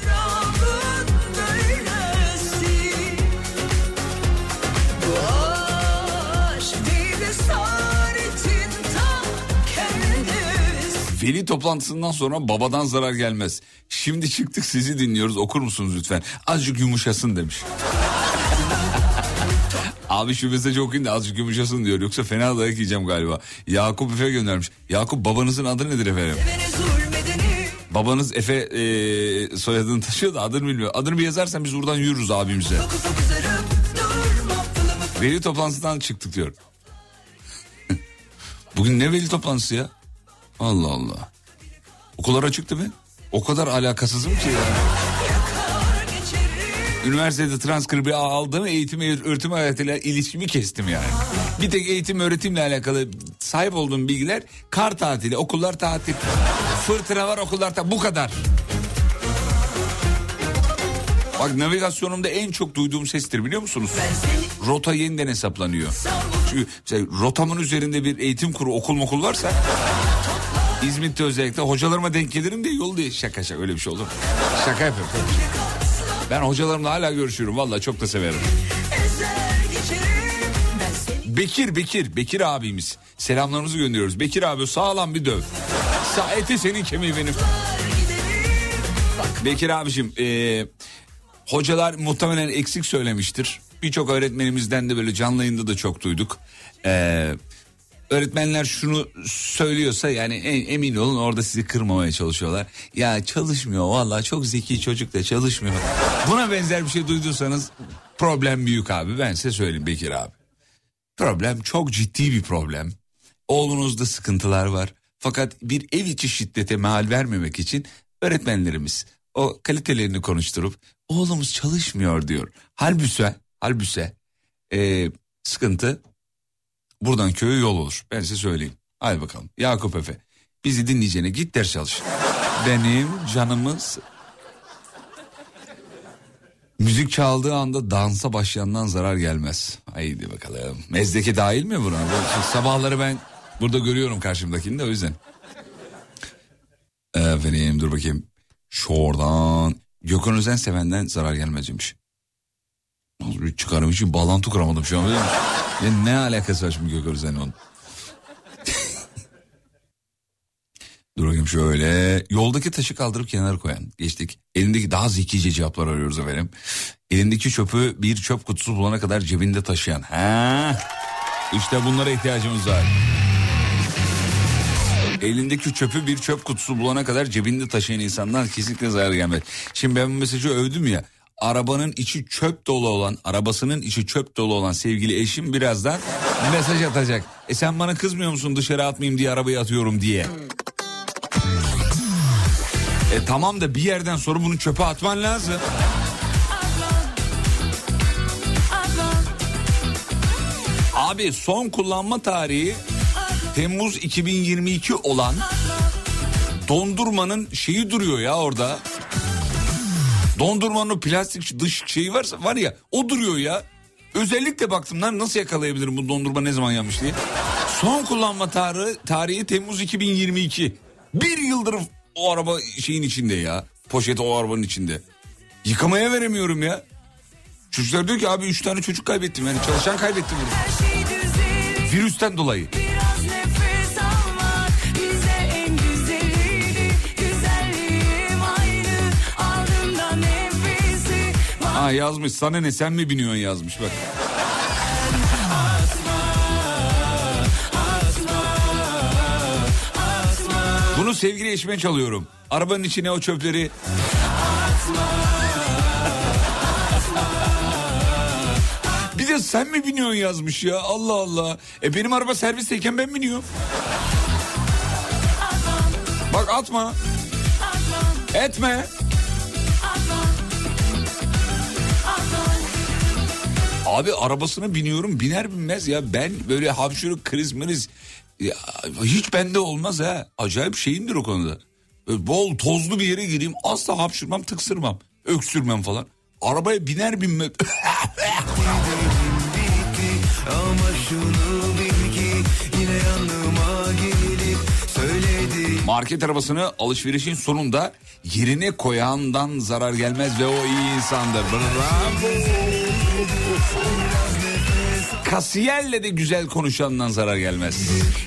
Veli toplantısından sonra babadan zarar gelmez. Şimdi çıktık sizi dinliyoruz, okur musunuz lütfen? Azıcık yumuşasın demiş. Abi şu mesajı okuyun da azıcık yumuşasın diyor. Yoksa fena dayak yiyeceğim galiba. Yakup Efe göndermiş. Yakup babanızın adı nedir efendim? Babanız Efe e, soyadını taşıyor da adını bilmiyor. Adını bir yazarsan biz buradan yürürüz abimize. Veli toplantısından çıktık diyor. Bugün ne veli toplantısı ya? Allah Allah. Okullar açıktı mı? O kadar alakasızım ki ya. Üniversitede transkribi aldım, eğitim öğretim hayatıyla ilişkimi kestim yani. Bir tek eğitim öğretimle alakalı sahip olduğum bilgiler kar tatili, okullar tatil, fırtına var, okullar tatil, bu kadar. Bak navigasyonumda en çok duyduğum sestir biliyor musunuz? Rota yeniden hesaplanıyor. Çünkü mesela rotamın üzerinde bir eğitim kuru, okul okul varsa İzmit'te özellikle hocalarıma denk gelirim diye yol diye şaka şaka öyle bir şey olur mu? Şaka yapıyorum. Ben hocalarımla hala görüşüyorum. Vallahi çok da severim. Bekir, Bekir, Bekir abimiz. Selamlarımızı gönderiyoruz. Bekir abi sağlam bir döv. Sa eti senin kemiği benim. Bekir abicim, e, hocalar muhtemelen eksik söylemiştir. Birçok öğretmenimizden de böyle canlı yayında da çok duyduk. E, öğretmenler şunu söylüyorsa yani emin olun orada sizi kırmamaya çalışıyorlar. Ya çalışmıyor vallahi, çok zeki çocuk da çalışmıyor. Buna benzer bir şey duyduysanız problem büyük abi, ben size söyleyeyim Bekir abi. Problem çok ciddi bir problem. Oğlunuzda sıkıntılar var. Fakat bir ev içi şiddete mahal vermemek için öğretmenlerimiz o kalitelerini konuşturup oğlumuz çalışmıyor diyor. Halbuki, halbuki e, sıkıntı buradan köye yol olur. Ben size söyleyeyim. Hadi bakalım. Yakup Efe, bizi dinleyeceğine git ders çalış. Benim canımız... Müzik çaldığı anda dansa başlayandan zarar gelmez. Haydi bakalım. Mezdeke dahil mi buna? Sabahları ben burada görüyorum karşımdakini de o yüzden. Efendim dur bakayım. Şuradan. Gökhan Özen sevenden zarar gelmez demiş. Nasıl bir çıkarım için bağlantı kuramadım şu an. Ya ne alakası var şimdi Gökhan Özen'le onun? Dur bakayım. Bakalım şöyle. Yoldaki taşı kaldırıp kenara koyan. Geçtik. Elindeki daha zekice cevaplar arıyoruz efendim. Elindeki çöpü bir çöp kutusu bulana kadar cebinde taşıyan. Ha? İşte bunlara ihtiyacımız var. Elindeki çöpü bir çöp kutusu bulana kadar cebinde taşıyan insandan kesinlikle zarar gelmez. Şimdi ben bu mesajı övdüm ya. Arabanın içi çöp dolu olan, arabasının içi çöp dolu olan sevgili eşim birazdan mesaj atacak. E sen bana kızmıyor musun dışarı atmayayım diye arabayı atıyorum diye. E tamam da bir yerden sonra bunu çöpe atman lazım. Abi son kullanma tarihi Temmuz iki bin yirmi iki olan dondurmanın şeyi duruyor ya orada. Dondurmanın o plastik dış şeyi varsa var ya o duruyor ya. Özellikle baktım lan nasıl yakalayabilirim bu dondurma ne zaman yanmış diye. Son kullanma tarihi, tarihi Temmuz iki bin yirmi iki. Bir yıldır o araba şeyin içinde ya. Poşeti o arabanın içinde. Yıkamaya veremiyorum ya. Çocuklar diyor ki abi üç tane çocuk kaybettim yani çalışan kaybettim bunu. Virüsten dolayı. Ha yazmış sana ne sen mi biniyorsun yazmış bak. Bunu sevgili eşime çalıyorum. Arabanın içine o çöpleri. Bir de sen mi biniyorsun yazmış ya Allah Allah. E benim araba servisteyken ben biniyorum. Bak atma. Etme. Abi arabasına biniyorum biner binmez ya ben böyle hapşırık kriz miriz ya, hiç bende olmaz ha. Acayip şeyimdir o konuda. Böyle bol tozlu bir yere gireyim asla hapşırmam tıksırmam öksürmem falan. Arabaya biner binmez. Market arabasını alışverişin sonunda yerine koyandan zarar gelmez ve o iyi insandır. Bravo. Kasiyerle de güzel konuşandan zarar gelmez.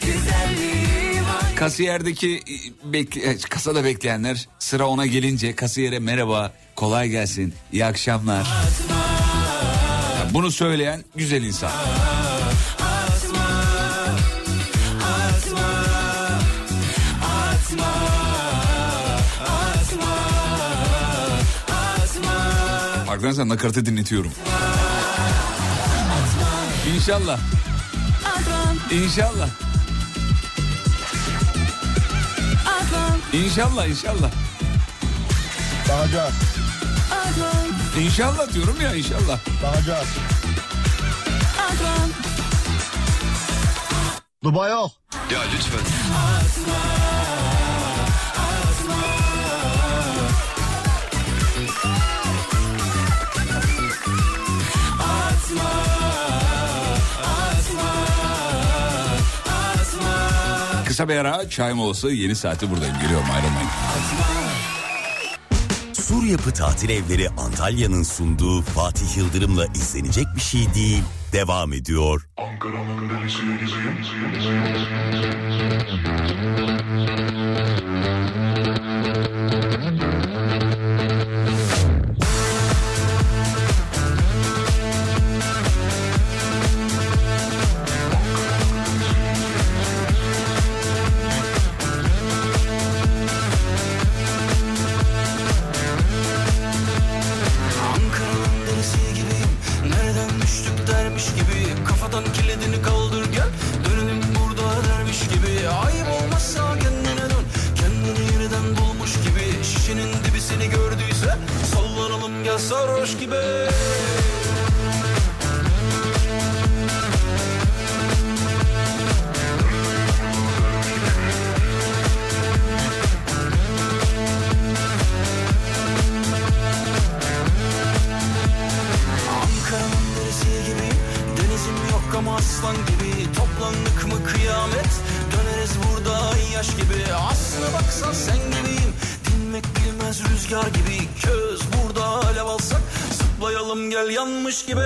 Kasiyerdeki bekle, kasada bekleyenler sıra ona gelince kasiyere merhaba, kolay gelsin, iyi akşamlar. Bunu söyleyen güzel insan. Arkadaşlar nakaratı dinletiyorum. İnşallah. İnşallah. İnşallah inşallah. Bağcaz. İnşallah diyorum ya inşallah. Bağcaz. Dubai yok. Ya lütfen. Kısa bir ara çay molası yeni saati buradayım. Geliyorum ayrılmayın. Sur Yapı Tatil Evleri Antalya'nın sunduğu Fatih Yıldırım'la izlenecek bir şey değil. Devam ediyor. Ankara'nın delisi gibiyim. Sarhoş gibi. Ankara'nın derisi gibi, denizim yok ama aslan gibi. Toplandık mı kıyamet, döneriz burada yaş gibi. Aslına baksan sen gibiyim, dinmek bilmez rüzgar gibi. Köz burada alev alsak, zıplayalım gel yanmış gibi.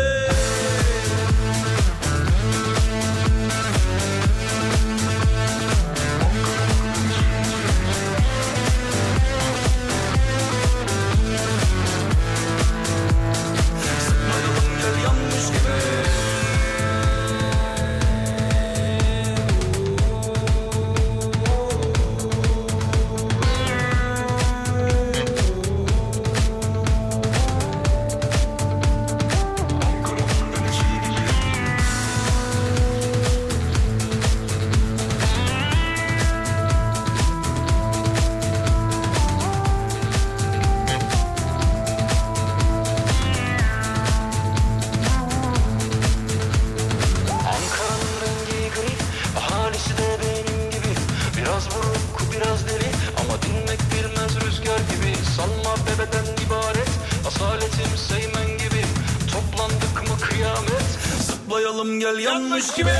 Patlayalım gel yanmış gibi.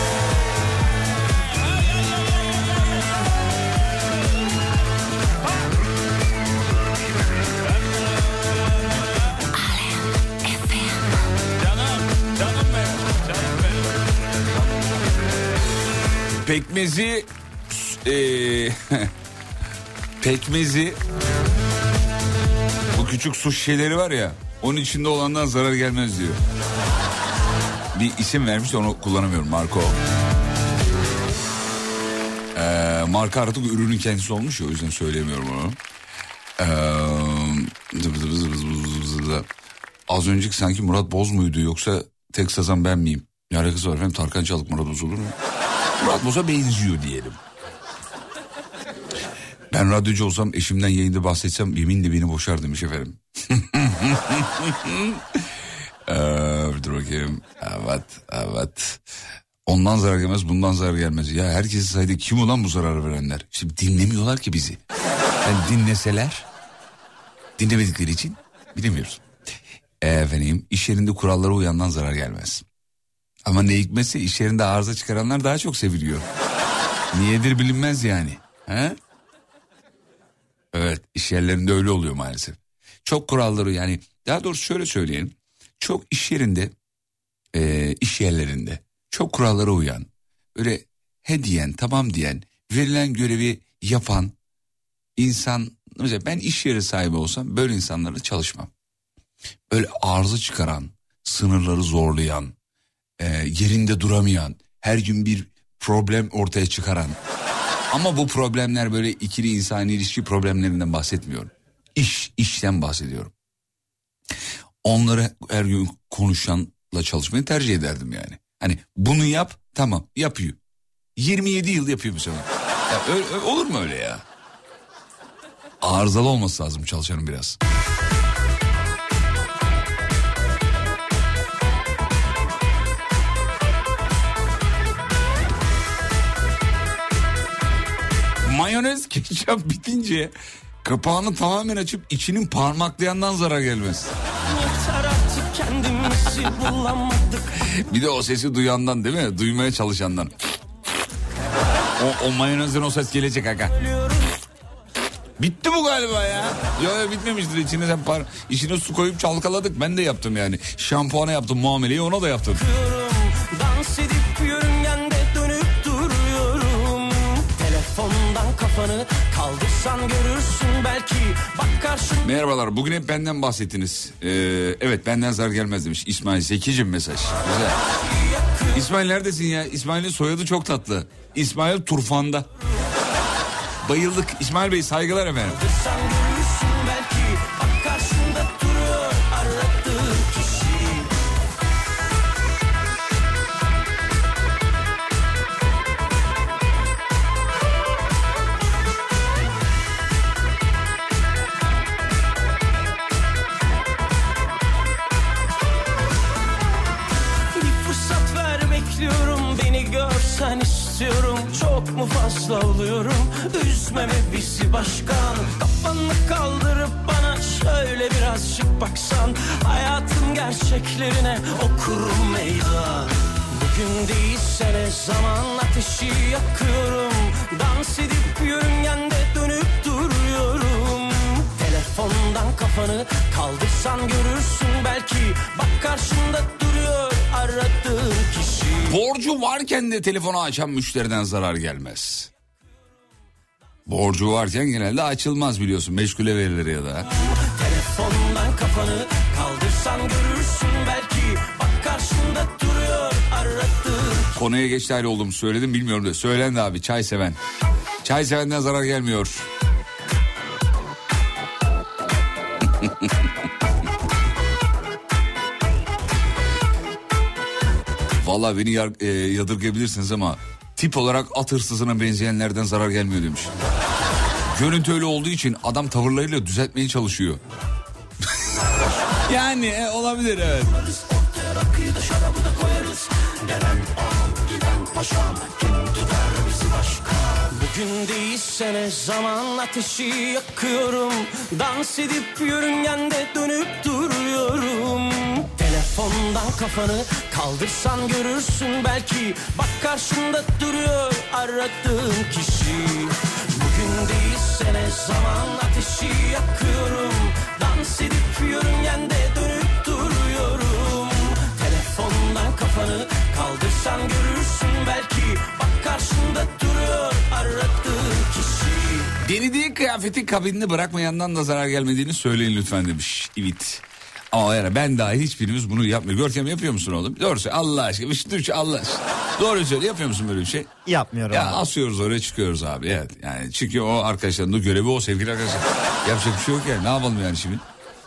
Pekmezi eee pekmezi bu küçük su şişeleri var ya, onun içinde olandan zarar gelmez diyor. Bir isim vermiş de onu kullanamıyorum, marka o. Ee, marka artık ürünün kendisi olmuş ya, o yüzden söyleyemiyorum onu. Ee, az önceki sanki Murat Boz muydu yoksa tek sazan ben miyim? Ne alakası var efendim, Tarkan Çalık Murat Boz olur mu? Murat Boz'a benziyor diyelim. Ben radyocu olsam eşimden yayında bahsetsem yeminle beni boşar demiş efendim. ee, dur bakayım. Evet, evet. Ondan zarar gelmez, bundan zarar gelmez. Ya herkesi saydı, kim olan bu zararı verenler? Şimdi dinlemiyorlar ki bizi. Yani dinleseler, dinlemedikleri için bilemiyoruz. Ee, efendim, iş yerinde kurallara uyandan zarar gelmez. Ama ne hikmetse iş yerinde arıza çıkaranlar daha çok seviliyor. Niyedir bilinmez yani. He? Evet, iş yerlerinde öyle oluyor maalesef. Çok kuralları, yani daha doğrusu şöyle söyleyelim. Çok iş yerinde, e, iş yerlerinde çok kurallara uyan, böyle he diyen, tamam diyen, verilen görevi yapan insan, mesela ben iş yeri sahibi olsam böyle insanlarla çalışmam. Böyle arıza çıkaran, sınırları zorlayan, e, yerinde duramayan, her gün bir problem ortaya çıkaran. Ama bu problemler böyle ikili insani ilişki problemlerinden bahsetmiyorum. İş, işten bahsediyorum. Onları her gün konuşanla çalışmayı tercih ederdim yani. Hani bunu yap, tamam, yapıyor. yirmi yedi yıl yapıyor mesela. Ya öyle, öyle, olur mu öyle ya? Arızalı olması lazım çalışanın biraz. Mayonez, ketçap bitince kapağını tamamen açıp içinin parmaklayandan zarar gelmez. Bir de o sesi duyandan, değil mi? Duymaya çalışandan. O, o mayonezden o ses gelecek aga. Bitti bu galiba ya. Yok yok, bitmemiştir. İçine sen par içine su koyup çalkaladık. Ben de yaptım yani. Şampuana yaptım muameleyi, ona da yaptım. Dans edip yörüngende dönüp duruyorum. Telefondan kafanı kaldırsan görürsün belki. Bak karşında. Merhabalar, bugün hep benden bahsettiniz. Ee, evet, benden zarar gelmez demiş İsmail. Zekicim mesaj. Güzel. İsmail neredesin ya? İsmail'in soyadı çok tatlı. İsmail Turfan'da. Bayıldık. İsmail Bey, saygılar efendim. Sen görürsün belki. Bak karşında duruyor aradığın kişi. Bir fırsat ver bekliyorum, beni görsen istiyorum. Çok mu fazla oluyorum? Üzmeme bizi başkan. Kafanı kaldırıp bana şöyle birazcık baksan. Hayatın gerçeklerine okurum meydan. Bugün değilse ne zaman ateşi yakıyorum. Dans edip yörüngende dönüp duruyorum. Telefondan kafanı kaldırsan görürsün belki. Bak karşında duruyor aradığın kişi. Borcu varken de telefonu açan müşteriden zarar gelmez. Borcu varken genelde açılmaz, biliyorsun. Meşgule verilir ya da. Telefondan kafanı kaldırsan görürsün belki. Bak karşında duruyor aradığın. Konuya geç dahil oldum, söyledim bilmiyorum da. Söylendi abi, çay seven. Çay sevenden zarar gelmiyor. Vallahi beni yar, e, yadırgayabilirsiniz ama tip olarak at hırsızına benzeyenlerden zarar gelmiyor demiş. Görüntü öyle olduğu için adam tavırlarıyla düzeltmeye çalışıyor. Yani e, olabilir, evet. Bugün değilse ne zaman ateşi yakıyorum. Dans edip yörüngende dönüp duruyorum. Telefon Telefondan kafanı kaldırsan görürsün belki. Bak karşında duruyor aradığın kişi. Bugün değilse ne zaman ateşi yakıyorum. Dans edip yörüngende dönüp duruyorum. Telefondan kafanı kaldırsan görürsün belki. Bak karşında duruyor aradığın kişi. Denediği kıyafetin kabinini bırakmayandan da zarar gelmediğini söyleyin lütfen demiş. Evet. Ama yani ben dahi hiçbirimiz bunu yapmıyor. Görkem yapıyor musun oğlum? Doğru söyle Allah aşkına. Dur Allah aşkına. Doğru söyle, yapıyor musun böyle bir şey? Yapmıyorum ya abi. Asıyoruz oraya, çıkıyoruz abi. Evet. Yani çünkü o arkadaşların da görevi o, sevgili arkadaşlar. Yapacak bir şey yok yani. Ne yapalım yani şimdi?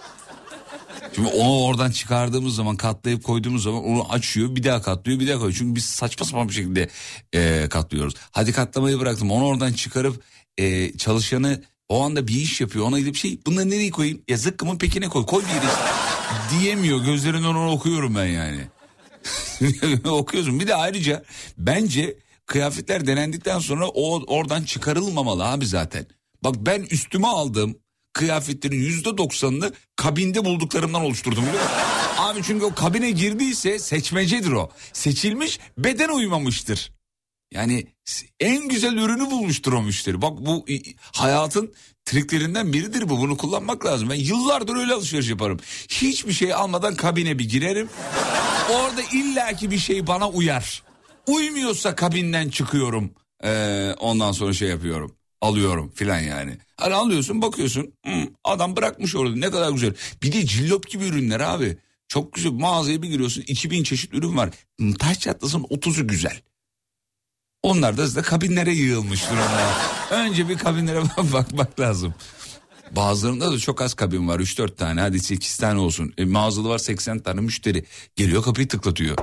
Şimdi onu oradan çıkardığımız zaman, katlayıp koyduğumuz zaman onu açıyor, bir daha katlıyor, bir daha koyuyor. Çünkü biz saçma sapan bir şekilde e, katlıyoruz. Hadi katlamayı bıraktım, onu oradan çıkarıp e, çalışanı o anda bir iş yapıyor. Ona gidip şey, bunları nereye koyayım? Ya zıkkımın pekine koy, koy bir yere diyemiyor. Gözlerinden onu okuyorum ben yani. Okuyorsun. Bir de ayrıca bence kıyafetler denendikten sonra o oradan çıkarılmamalı abi zaten. Bak ben üstüme aldığım kıyafetlerin yüzde doksanını kabinde bulduklarımdan oluşturdum biliyor musun? Abi çünkü o kabine girdiyse seçmecedir o. Seçilmiş, beden uymamıştır. Yani en güzel ürünü bulmuştur o müşteri. Bak bu hayatın triklerinden biridir bu. Bunu kullanmak lazım. Ben yıllardır öyle alışveriş yaparım. Hiçbir şey almadan kabine bir girerim. Orada illaki bir şey bana uyar. Uymuyorsa kabinden çıkıyorum. Ee, ondan sonra şey yapıyorum. Alıyorum filan yani. Hani alıyorsun, bakıyorsun. Hı, adam bırakmış orada, ne kadar güzel. Bir de cillop gibi ürünler abi. Çok güzel, mağazaya bir giriyorsun, iki bin çeşit ürün var. Taş çatlasın otuzu güzel. Onlar da size kabinlere yığılmış durumda. Önce bir kabinlere bakmak lazım. Bazılarında da çok az kabin var. üç dört tane, hadi sekiz tane olsun. E, mağazada var seksen tane müşteri. Geliyor, kapıyı tıklatıyor.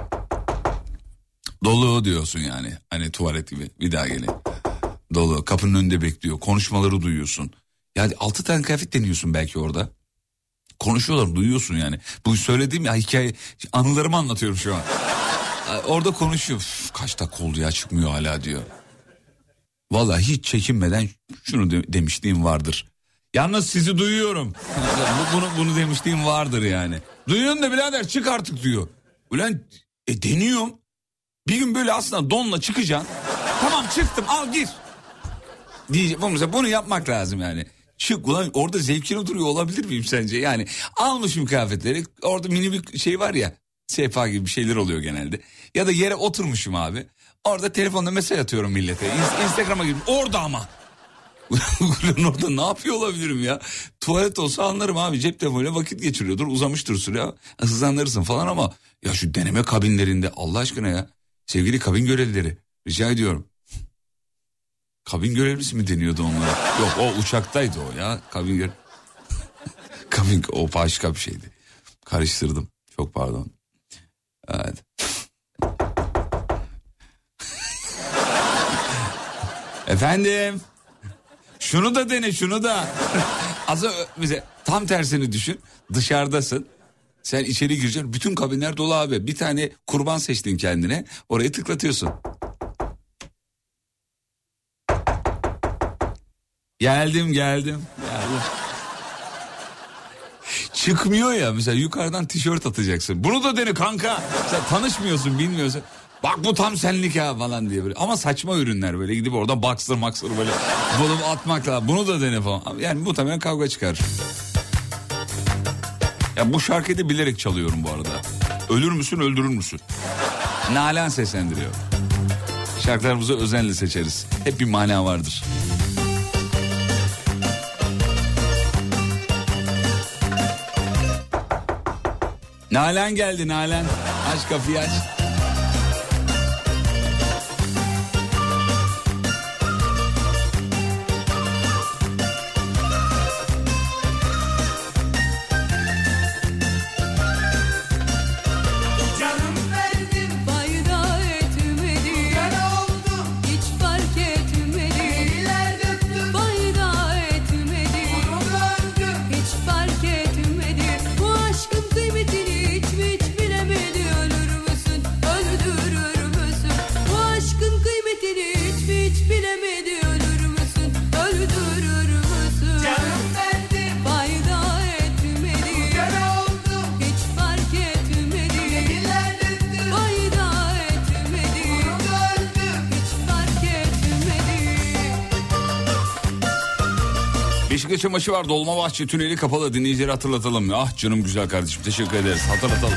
Dolu diyorsun yani. Hani tuvalet gibi, bir daha gelin. Dolu, kapının önünde bekliyor. Konuşmaları duyuyorsun. Yani altı tane kıyafet deniyorsun belki orada. Konuşuyorlar, duyuyorsun yani. Bu söylediğim ya hikaye, anılarımı anlatıyorum şu an. Orada konuşuyor. Kaç dakika oldu ya, çıkmıyor hala diyor. Vallahi hiç çekinmeden şunu de, demişliğim vardır. Yalnız sizi duyuyorum. bunu bunu demişliğim vardır yani. Duyuyorsun da birader çık artık diyor. Ulan e, deniyorum. Bir gün böyle aslında donla çıkacaksın. Tamam çıktım, al gir. Diyeceğim. Mesela bunu yapmak lazım yani. Çık ulan, orada zevkine duruyor olabilir miyim sence? Yani almışım kıyafetleri, orada mini bir şey var ya, sehpa gibi bir şeyler oluyor genelde. Ya da yere oturmuşum abi. Orada telefonda mesaj atıyorum millete. Instagram'a girdim. Orada ama. Orada ne yapıyor olabilirim ya? Tuvalet olsa anlarım abi. Cep telefonuyla vakit geçiriyordur. Uzamıştır süre. Hızlandırırsın falan ama ya şu deneme kabinlerinde Allah aşkına ya. Sevgili kabin görevlileri, rica ediyorum. Kabin görevlisi mi deniyordu onlara? Yok, o uçaktaydı o ya. Kabin görev... kabin, o başka bir şeydi. Karıştırdım. Çok pardon. Evet. Efendim. Şunu da dene, şunu da. Az bize tam tersini düşün. Dışarıdasın. Sen içeri gireceksin. Bütün kabinler dolu abi. Bir tane kurban seçtin kendine. Orayı tıklatıyorsun. Geldim geldim. Geldim. Çıkmıyor ya, mesela yukarıdan tişört atacaksın. Bunu da dene kanka. Sen tanışmıyorsun, bilmiyorsun. Bak bu tam senlik ha falan diye böyle. Ama saçma ürünler böyle, gidip oradan boxer maksır böyle bulup atmak lazım. Bunu da dene falan. Yani bu tamamen kavga çıkar. Ya bu şarkıyı da bilerek çalıyorum bu arada. Ölür müsün, öldürür müsün? Nalan seslendiriyor. Şarkılarımızı özenle seçeriz. Hep bir mana vardır. Nalan geldi, Nalan. Aç kapıyı, aç. Bu aşkın kıymetini hiç mi hiç bilemedi, ölür müsün? Beşiktaş'a maçı var. Dolmabahçe tüneli kapalı. Dinleyicileri hatırlatalım. Ah canım güzel kardeşim. Teşekkür ederiz. Hatırlatalım.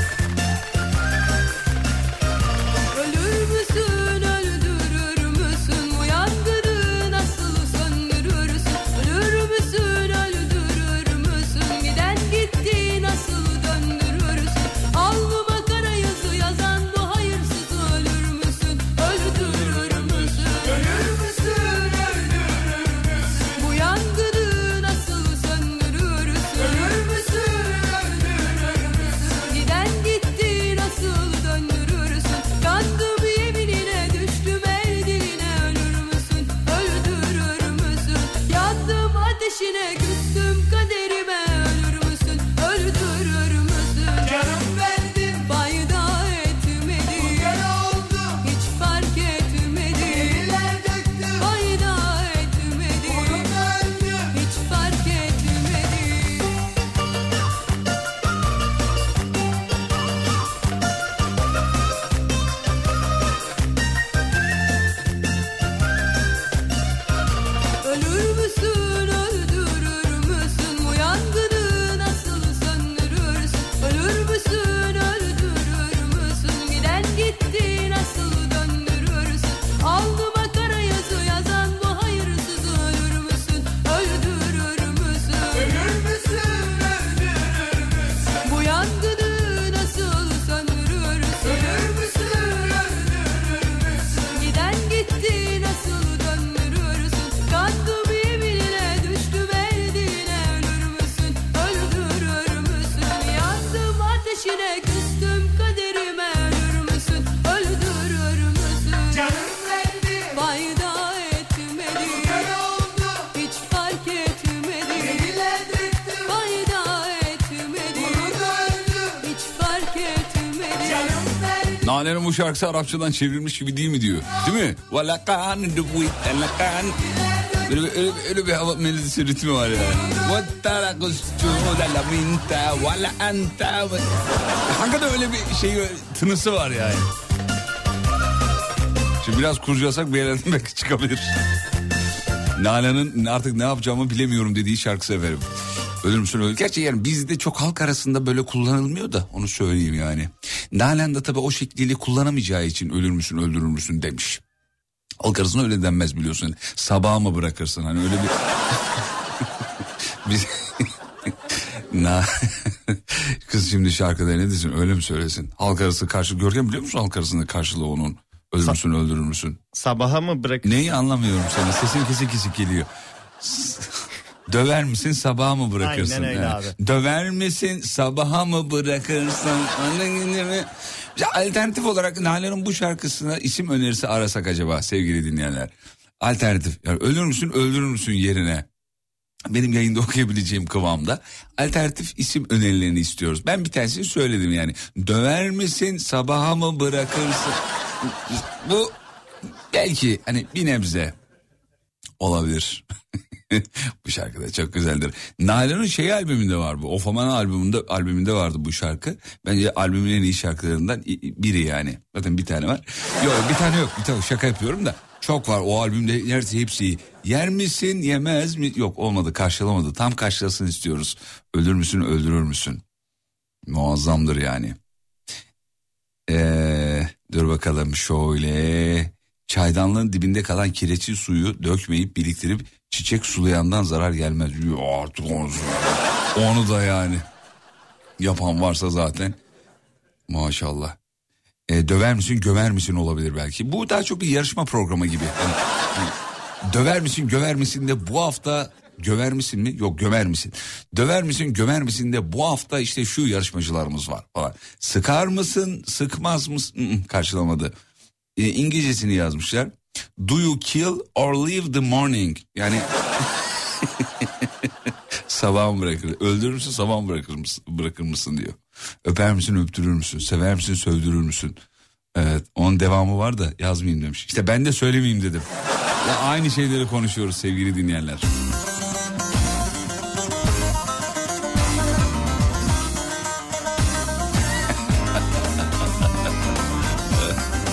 Ölür müsün, öldürür müsün? Bu yangını nasıl söndürürsün? Ölür müsün, öldürür müsün? Giden gitti nasıl döndürürsün? Alnıma kara yazı yazan bu hayırsızı ölür müsün? Öldürür müsün? Ölür müsün, öldürür müsün? Bu yangını nasıl söndürürsün? Ölür müsün, öldürür müsün? Giden gitti nasıl döndürürsün? Kandım yeminine, düştüm el diline. Ölür müsün, öldürür müsün? Yandım ateşine, küstüm kaderime. Ölür müsün, öldürür müsün? Canım verdim, fayda etmedi. Bugün oldu, hiç fark etmedi. Eller döktüm, fayda etmedi. Onun öldü, hiç fark etmedi. Ölür müsün, öldürür müsün? Bu yangını nasıl söndürürsün? Ölür müsün, öldürür müsün? Giden gitti nasıl döndürürsün? Alnıma kara yazı yazan bu hayırsızı ölür müsün? Öldürür müsün? Ölür müsün, öldürür müsün? Bu yangını nasıl söndürürsün? Ölür müsün, öldürür müsün? Giden gitti nasıl döndürürsün? Kandım yeminine, düştüm el diline. Ölür müsün, öldürür müsün? Yandım ateşine, küstüm kaderime. Ölür müsün, öldürür müsün? Canım verdim, fayda etmedi. Bugün oldu, hiç fark etmedi. Eller döktüm, fayda etmedi. Onun öldü, hiç fark etmedi. Canım verdim. Nane'nin bu şarkısı Arapçadan çevrilmiş gibi değil mi diyor. Değil mi? Valakan the with alakan. Öyle, bir- öyle, bir- öyle bir hava melodisi ritmi var yani. Hakikaten öyle bir şey tınısı var yani. Şimdi biraz kurcalasak bir yerlerden belki çıkabilir. Nalan'ın artık ne yapacağımı bilemiyorum dediği şarkısı efendim. Ölür müsün ölür. Gerçi yani bizde çok halk arasında böyle kullanılmıyor da onu söyleyeyim yani. Nalan da tabii o şekliyle kullanamayacağı için ölür müsün öldürür müsün demiş. Halk arasında öyle denmez biliyorsun. Sabaha mı bırakırsın hani öyle bir... Biz... Na... Kız şimdi şarkıda ne desin öyle mi söylesin? Halk arası karşı Görkem biliyor musun halk arasında karşılığı onun? Ölür Sa- müsün öldürür müsün? Sabaha mı bırak? Neyi anlamıyorum senin sesin kesik kesik geliyor. Döver misin sabaha mı bırakırsın? Aynen öyle Evet. abi. Döver misin sabaha mı bırakırsın? Ya alternatif olarak Nalan'ın bu şarkısına isim önerisi arasak acaba sevgili dinleyenler? Alternatif. Yani ölür müsün öldürür müsün yerine? Benim yayında okuyabileceğim kıvamda alternatif isim önerilerini istiyoruz. Ben bir tanesini söyledim yani. Döver misin sabaha mı bırakırsın? Bu belki hani bir nebze olabilir. Bu şarkı da çok güzeldir. Nalan'ın şey albümünde var bu. Ofaman albümünde albümünde vardı bu şarkı. Bence albümün en iyi şarkılarından biri yani. Zaten bir tane var. Yok bir tane yok. Bir tane şaka yapıyorum da. Çok var o albümde neredeyse hepsi iyi. Yer misin yemez mi? Yok olmadı karşılamadı. Tam karşılasın istiyoruz. Ölür müsün öldürür müsün? Muazzamdır yani. Ee, dur bakalım şöyle. Çaydanlığın dibinde kalan kireçli suyu dökmeyip biriktirip çiçek sulayandan zarar gelmez. Yo, artık onu, onu da yani yapan varsa zaten maşallah. E, döver misin gömer misin olabilir belki. Bu daha çok bir yarışma programı gibi. Yani, yani, döver misin göver misin de bu hafta göver misin mi? Yok gömer misin? Döver misin gömer misin de bu hafta işte şu yarışmacılarımız var falan. Sıkar mısın sıkmaz mısın? Karşılamadı. E, İngilizcesini yazmışlar. Do you kill or leave the morning? Yani sabah mı bırakır? Öldürür müsün sabah mı bırakır mısın, bırakır mısın diyor. Öper misin öptürür müsün? Sever misin sövdürür müsün? Evet onun devamı var da yazmayayım demiş. İşte ben de söylemeyeyim dedim. Ya aynı şeyleri konuşuyoruz sevgili dinleyenler.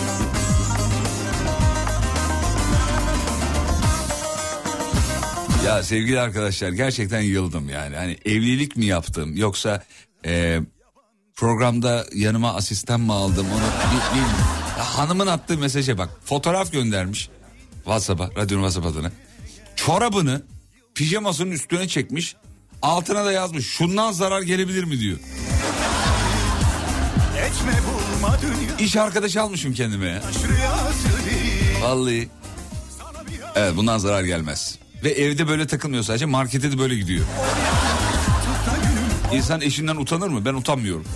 Ya Ya sevgili arkadaşlar gerçekten yıldım yani. Hani evlilik mi yaptım yoksa e, programda yanıma asistan mı aldım onu bir, bir, ya hanımın attığı mesaja bak. Fotoğraf göndermiş WhatsApp'a, radyonun WhatsApp adına. Çorabını pijamasının üstüne çekmiş. Altına da yazmış şundan zarar gelebilir mi diyor. İş arkadaşı almışım kendime ya. Vallahi. Evet bundan zarar gelmez. Ve evde böyle takılmıyor sadece, markete de böyle gidiyor. İnsan eşinden utanır mı? Ben utanmıyorum.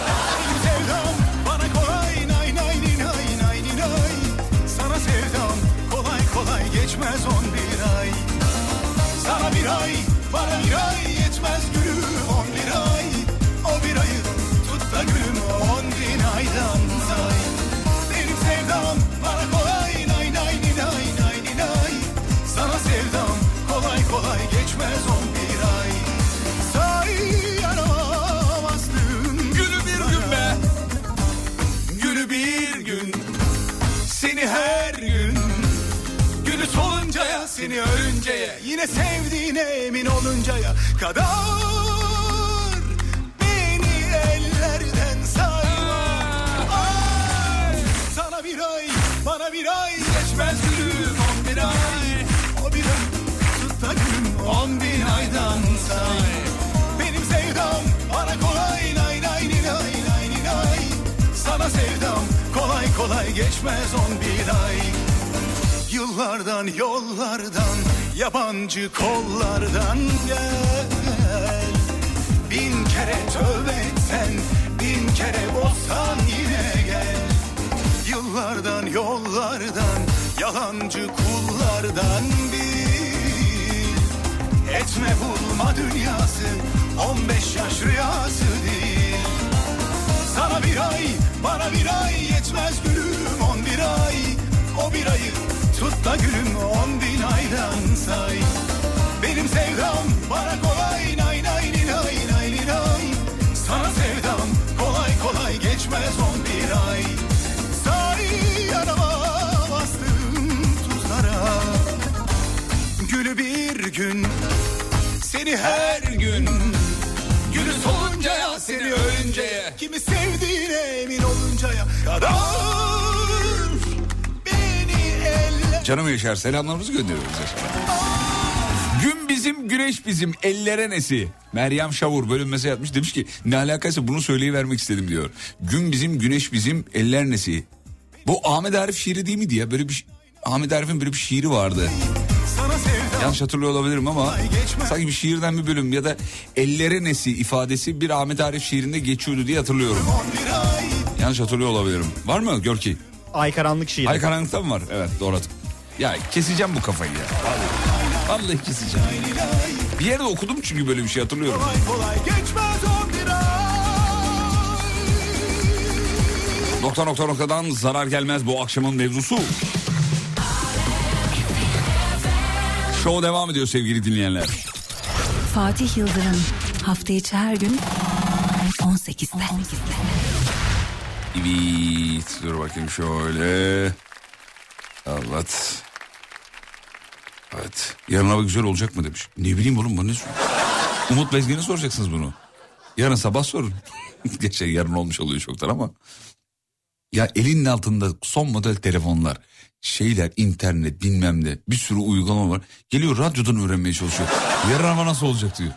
Sana sevdam kolay kolay geçmez on bir ay. Sana bir ay, bana bir ay yetmez gülüm on bir ay. O bir ayı tut da gülüm on bin aydan say. Benim sevdam bana kolay nay nay ni nay nay ni nay. Sana sevdam kolay kolay geçmez on bir ay. Say yaramazdım gülü bir gün be. Gülü bir gün seni her gün. Günü soluncaya seni ölünceye yine sevdiğine emin oluncaya kadar beni ellerden sayma. Ay, sana bir ay bana bir ay geçmez gülüm on bir ay. O bir ay tut da gülüm on bin aydan say. Benim sevdam bana kolay nay nay ni nay nay ni nay. Sana sevdam kolay kolay geçmez on bir ay. Yıllardan yollardan yabancı kollardan gel. Bin kere tövbe etsen bin kere bozsan yine gel. Yıllardan yollardan yalancı kullardan bil. Etme bulma dünyası on beş yaş rüyası değil. Sana bir ay bana bir ay yetmez gülüm on bir ay. O bir ayı tut da gülüm on bin aydan say. Benim sevdam bana kolay nay nay ni nay nay ni nay. Sana sevdam kolay kolay geçmez on bir ay. Say yanıma bastım tuzlara. Gülü bir gün seni her gün. Gülü soluncaya seni ölünceye. Kimi sevdiğine emin oluncaya kadar. Canım Yaşar selamlarımızı gönderiyoruz. Gün bizim güneş bizim ellere nesi. Meryem Şavur bölüm mesaj atmış, demiş ki ne alakaysa bunu söyleyivermek istedim diyor. Gün bizim güneş bizim eller nesi. Bu Ahmet Arif şiiri değil miydi ya? Böyle bir Ahmet Arif'in böyle bir şiiri vardı. Yanlış hatırlıyor olabilirim ama sanki bir şiirden bir bölüm ya da ellere nesi ifadesi bir Ahmet Arif şiirinde geçiyordu diye hatırlıyorum. Yanlış hatırlıyor olabilirim. Var mı Görki? Ay karanlık şiiri. Ay karanlıkta mı var? Evet doğru. Ya keseceğim bu kafayı ya. Vallahi, vallahi keseceğim. Bir yerde okudum çünkü böyle bir şey hatırlıyorum. Kolay kolay geçmez on bir ay. Nokta nokta noktadan zarar gelmez bu akşamın mevzusu. Show devam ediyor sevgili dinleyenler. Fatih Yıldırım hafta içi her gün on sekizde. Evet, dur bakayım şöyle. Evet. Evet. Yarın hava güzel olacak mı demiş. Ne bileyim oğlum bu ne? Umut Bezgin'e soracaksınız bunu. Yarın sabah sorun. Geçen yarın olmuş oluyor çoktan ama. Ya elinin altında son model telefonlar, şeyler, internet bilmem ne, bir sürü uygulama var. Geliyor radyodan öğrenmeye çalışıyor. Yarın hava nasıl olacak diyor.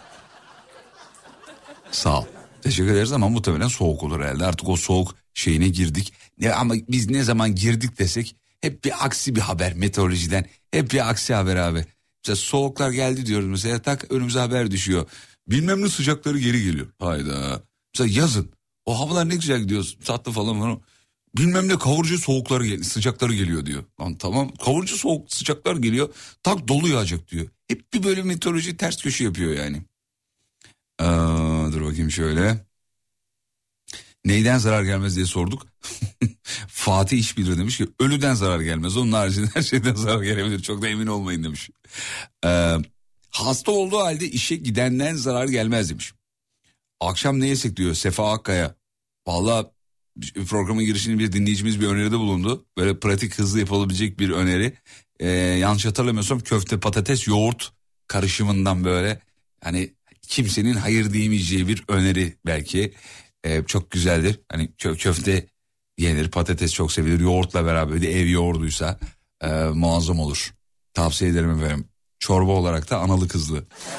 Sağ ol. Teşekkür ederiz ama muhtemelen soğuk olur herhalde. Artık o soğuk şeyine girdik. Ne, ama biz ne zaman girdik desek hep bir aksi bir haber meteorolojiden. Hep bir aksi haber abi. Mesela soğuklar geldi diyoruz mesela, tak önümüze haber düşüyor. Bilmem ne sıcakları geri geliyor. Hayda. Mesela yazın o havalar ne güzel gidiyor, tatlı falan falan. Bilmem ne kavurucu soğukları geliyor, sıcakları geliyor diyor. Lan tamam, kavurucu soğuk sıcaklar geliyor, tak dolu yağacak diyor. Hep bir böyle meteoroloji ters köşe yapıyor yani. Aa, dur bakayım şöyle. Neyden zarar gelmez diye sorduk. Fatih iş bilir demiş ki ölüden zarar gelmez. Onun haricinde her şeyden zarar gelebilir. Çok da emin olmayın demiş. Ee, hasta olduğu halde işe gidenden zarar gelmez demiş. Akşam ne yesek diyor Sefa Akkaya. Vallahi programın girişinde bir dinleyicimiz bir öneride bulundu. Böyle pratik hızlı yapılabilecek bir öneri. Ee, yanlış hatırlamıyorsam köfte, patates, yoğurt karışımından böyle hani kimsenin hayır diyemeyeceği bir öneri belki. Ee, çok güzeldir. Hani kö- köfte yenir, patates çok sevilir, yoğurtla beraber de ev yoğurduysa e, muazzam olur. Tavsiye ederim efendim. Çorba olarak da analı kızlı.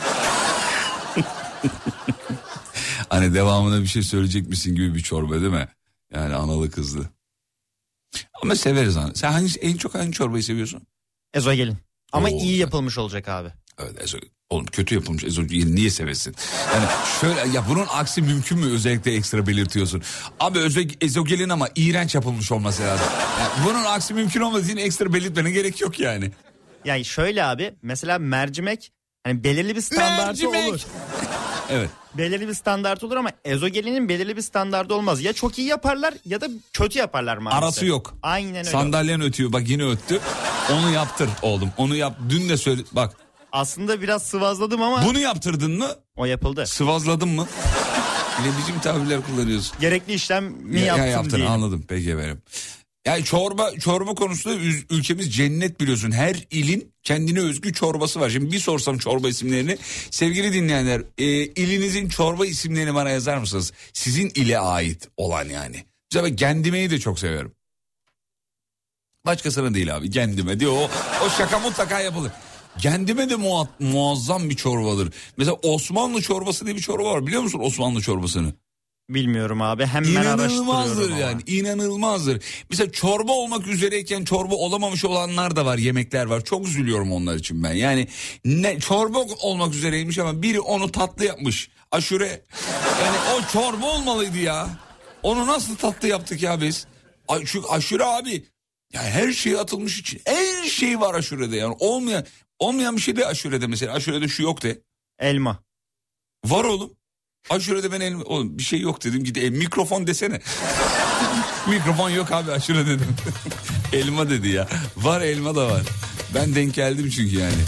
Hani devamında bir şey söyleyecek misin gibi bir çorba değil mi? Yani analı kızlı. Ama severiz hani. Sen hangi, en çok hangi çorbayı seviyorsun? Ezogelin. Ama Oo, iyi yapılmış olacak abi. Evet ezogelin. Oğlum kötü yapılmış ezogelin niye seversin? Yani şöyle ya bunun aksi mümkün mü, özellikle ekstra belirtiyorsun. Abi öze- ezogelin ama iğrenç yapılmış olması lazım. Yani bunun aksi mümkün olmadığı için ekstra belirtmene gerek yok yani. Yani şöyle abi, mesela mercimek hani belirli bir standartı Mercimek. olur. Evet. Belirli bir standart olur ama ezogelinin belirli bir standartı olmaz. Ya çok iyi yaparlar ya da kötü yaparlar maalesef. Arası yok. Aynen öyle. Sandalyen ötüyor, bak yine öttü. Onu yaptır oğlum, onu yap. Dün de söyle bak. Aslında biraz sıvazladım ama. Bunu yaptırdın mı? O yapıldı. Sıvazladın mı? Ne biçim tabirler kullanıyorsun? Gerekli işlemi Ya, yaptım ya yaptın diyeyim. anladım, peki efendim. Yani çorba çorba konusunda ül- ülkemiz cennet biliyorsun. Her ilin kendine özgü çorbası var. Şimdi bir sorsam çorba isimlerini, sevgili dinleyenler, e, ilinizin çorba isimlerini bana yazar mısınız? Sizin ile ait olan yani. Mesela ben gendimeyi de çok severim. Başkasına değil abi, kendime diyor. O, o şaka mutlaka yapılır. Kendime de muat- muazzam bir çorbadır. Mesela Osmanlı çorbası diye bir çorba var, biliyor musun Osmanlı çorbasını? Bilmiyorum abi, hemen İnanılmazdır araştırıyorum yani, inanılmazdır. Mesela çorba olmak üzereyken çorba olamamış olanlar da var, yemekler var. Çok üzülüyorum onlar için ben. Yani ne çorba olmak üzereymiş ama biri onu tatlı yapmış. Aşure. Yani o çorba olmalıydı ya. Onu nasıl tatlı yaptık ya biz? Ay, şu aşure abi. Yani her şey atılmış için. Her şey var aşurede yani. Olmayan olmayan bir şey de aşurede mesela. Aşurede şu yok de. Elma. Var oğlum. Aşurede ben elma, oğlum bir şey yok dedim, gide e, mikrofon desene. Mikrofon yok abi, aşure dedim. Elma dedi ya. Var, elma da var. Ben denk geldim çünkü yani.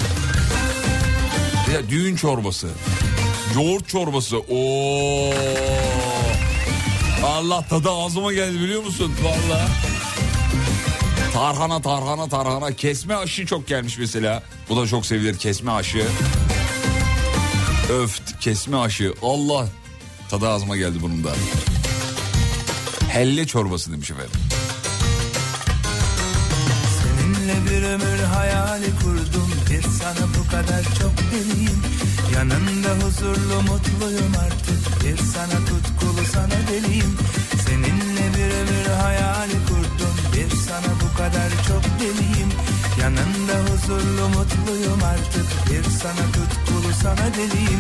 Ya düğün çorbası. Yoğurt çorbası. Oo. Allah, tadı ağzıma geldi biliyor musun? Vallahi. Tarhana tarhana tarhana. Kesme aşı çok gelmiş mesela. Bu da çok sevilir, kesme aşı. Öf, kesme aşı. Allah, tadı ağzıma geldi bunun da. Helle çorbası demiş efendim. Seninle bir ömür hayali kurdum, bir sana bu kadar çok deliyim. Yanında huzurlu mutluyum artık, bir sana tutkulu sana deliyim. Seninle bir ömür hayali kurdum, bir sana bu kadar çok deliyim. Yanında huzurlu mutluyum artık, bir sana tutkulu sana deliyim.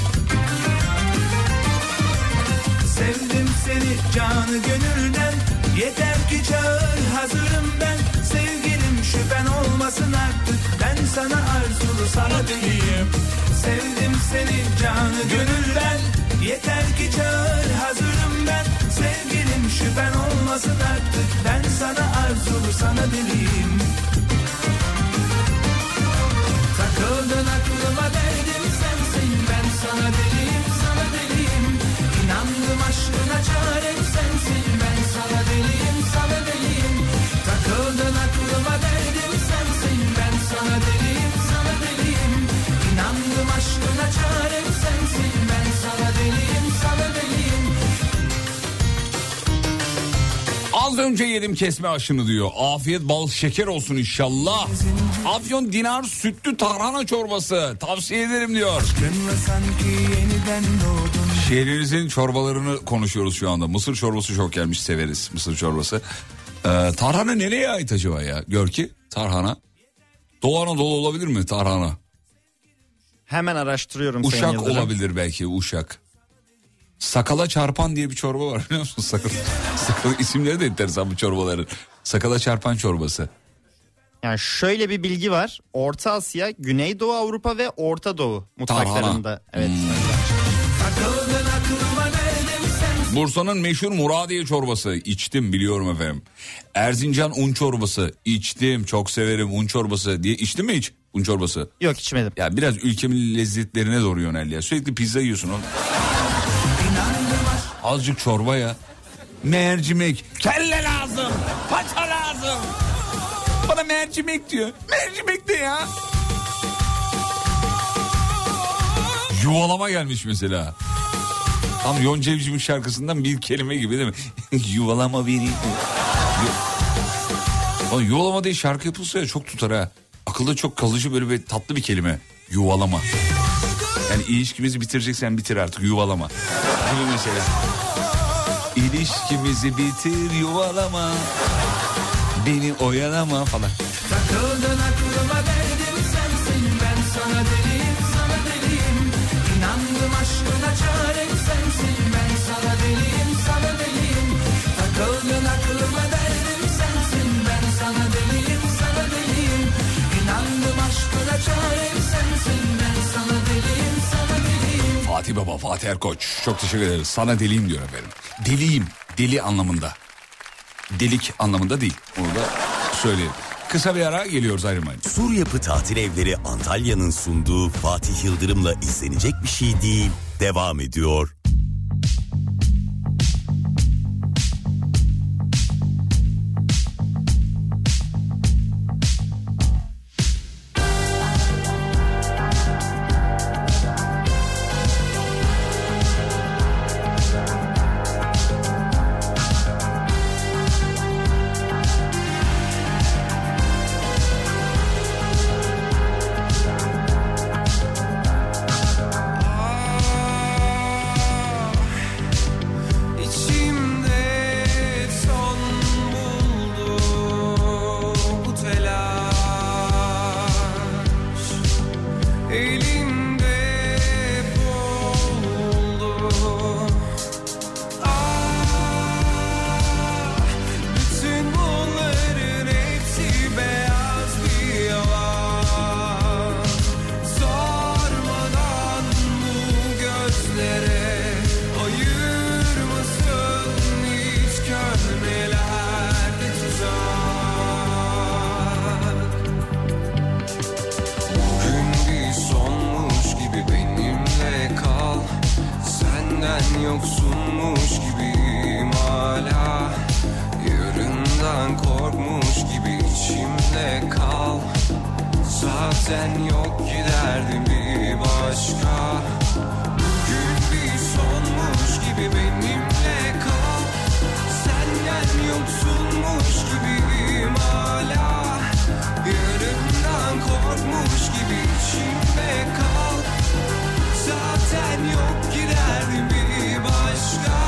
Sevdim seni canı gönülden, yeter ki çağır hazırım ben. Sevgilim şüphen olmasın artık, ben sana arzulu sana deliyim. Sevdim seni canı gönülden, yeter ki çağır hazırım ben. Sevgilim şüphen olmasın artık, ben sana arzulu sana deliyim. Takıldın aklıma derdim sensin, ben sana deliyim sana deliyim. İnandım aşkına çarem sensin, ben sana deliyim sana deliyim. Takıldın aklıma derdim sensin, ben sana deliyim sana deliyim. İnandım aşkına çarem sensin, ben sana deliyim sana deliyim. Az önce yedim kesme aşını diyor. Afiyet bal şeker olsun inşallah. Afyon dinar sütlü tarhana çorbası. Tavsiye ederim diyor. Şehrinizin çorbalarını konuşuyoruz şu anda. Mısır çorbası çok gelmiş, severiz mısır çorbası. Ee, tarhana nereye ait acaba ya? Gör ki tarhana. Doğu Anadolu olabilir mi tarhana? Hemen araştırıyorum. Uşak olabilir belki, Uşak. Sakala çarpan diye bir çorba var biliyor musun? Sakala, sakala isimleri de enteresan bu çorbaların. Sakala çarpan çorbası. Yani şöyle bir bilgi var. Orta Asya, Güneydoğu Avrupa ve Orta Doğu mutfaklarında. Evet. Hmm. Bursa'nın meşhur Muradiye çorbası içtim, biliyorum efendim. Erzincan un çorbası içtim, çok severim un çorbası diye. İçtin mi hiç un çorbası? Yok, içmedim. Ya biraz ülkemin lezzetlerine doğru yönel ya. Sürekli pizza yiyorsun oğlum. Azıcık çorba ya. Mercimek. Kelle lazım. Paça lazım. Bana mercimek diyor. Mercimek de ya. Yuvalama gelmiş mesela. Tam Yonca Evcimik şarkısından bir kelime gibi değil mi? Yuvalama beni. Yu... Yuvalama diye şarkı yapılsa ya çok tutar ha. Akılda çok kalıcı böyle bir tatlı bir kelime. Yuvalama. Yani ilişkimizi bitireceksen bitir artık, yuvalama. Gibi mesela. İlişkimizi bitir, yuvalama. Beni oyalama falan. Takıldın aklıma derdim sensin, ben sana deliyim, sana deliyim. İnandım aşkına çarem sensin, ben sana deliyim, sana deliyim. Takıldın aklıma derdim sensin, ben sana deliyim, sana deliyim. İnandım aşkına çarem sensin, ben sana deliyim, sana deliyim. Fatih Baba, Fatih Erkoç, çok teşekkür ederiz. Sana deliyim diyor efendim. Deliyim, deli anlamında. Delik anlamında değil. Onu da söyleyeyim. Kısa bir ara, geliyoruz, ayrılmayın. Sur Yapı Tatil Evleri Antalya'nın sunduğu Fatih Yıldırım'la izlenecek bir şey değil devam ediyor. Yoksunmuş gibiyim hala. Yarından korkmuş gibi içimde kal. Zaten yok giderdim bir başka. Bugün bir sonmuş gibi benimle kal. Senden yoksunmuş gibiyim hala. Yarından korkmuş gibi içimde kal. Zaten yok giderdim bir başka.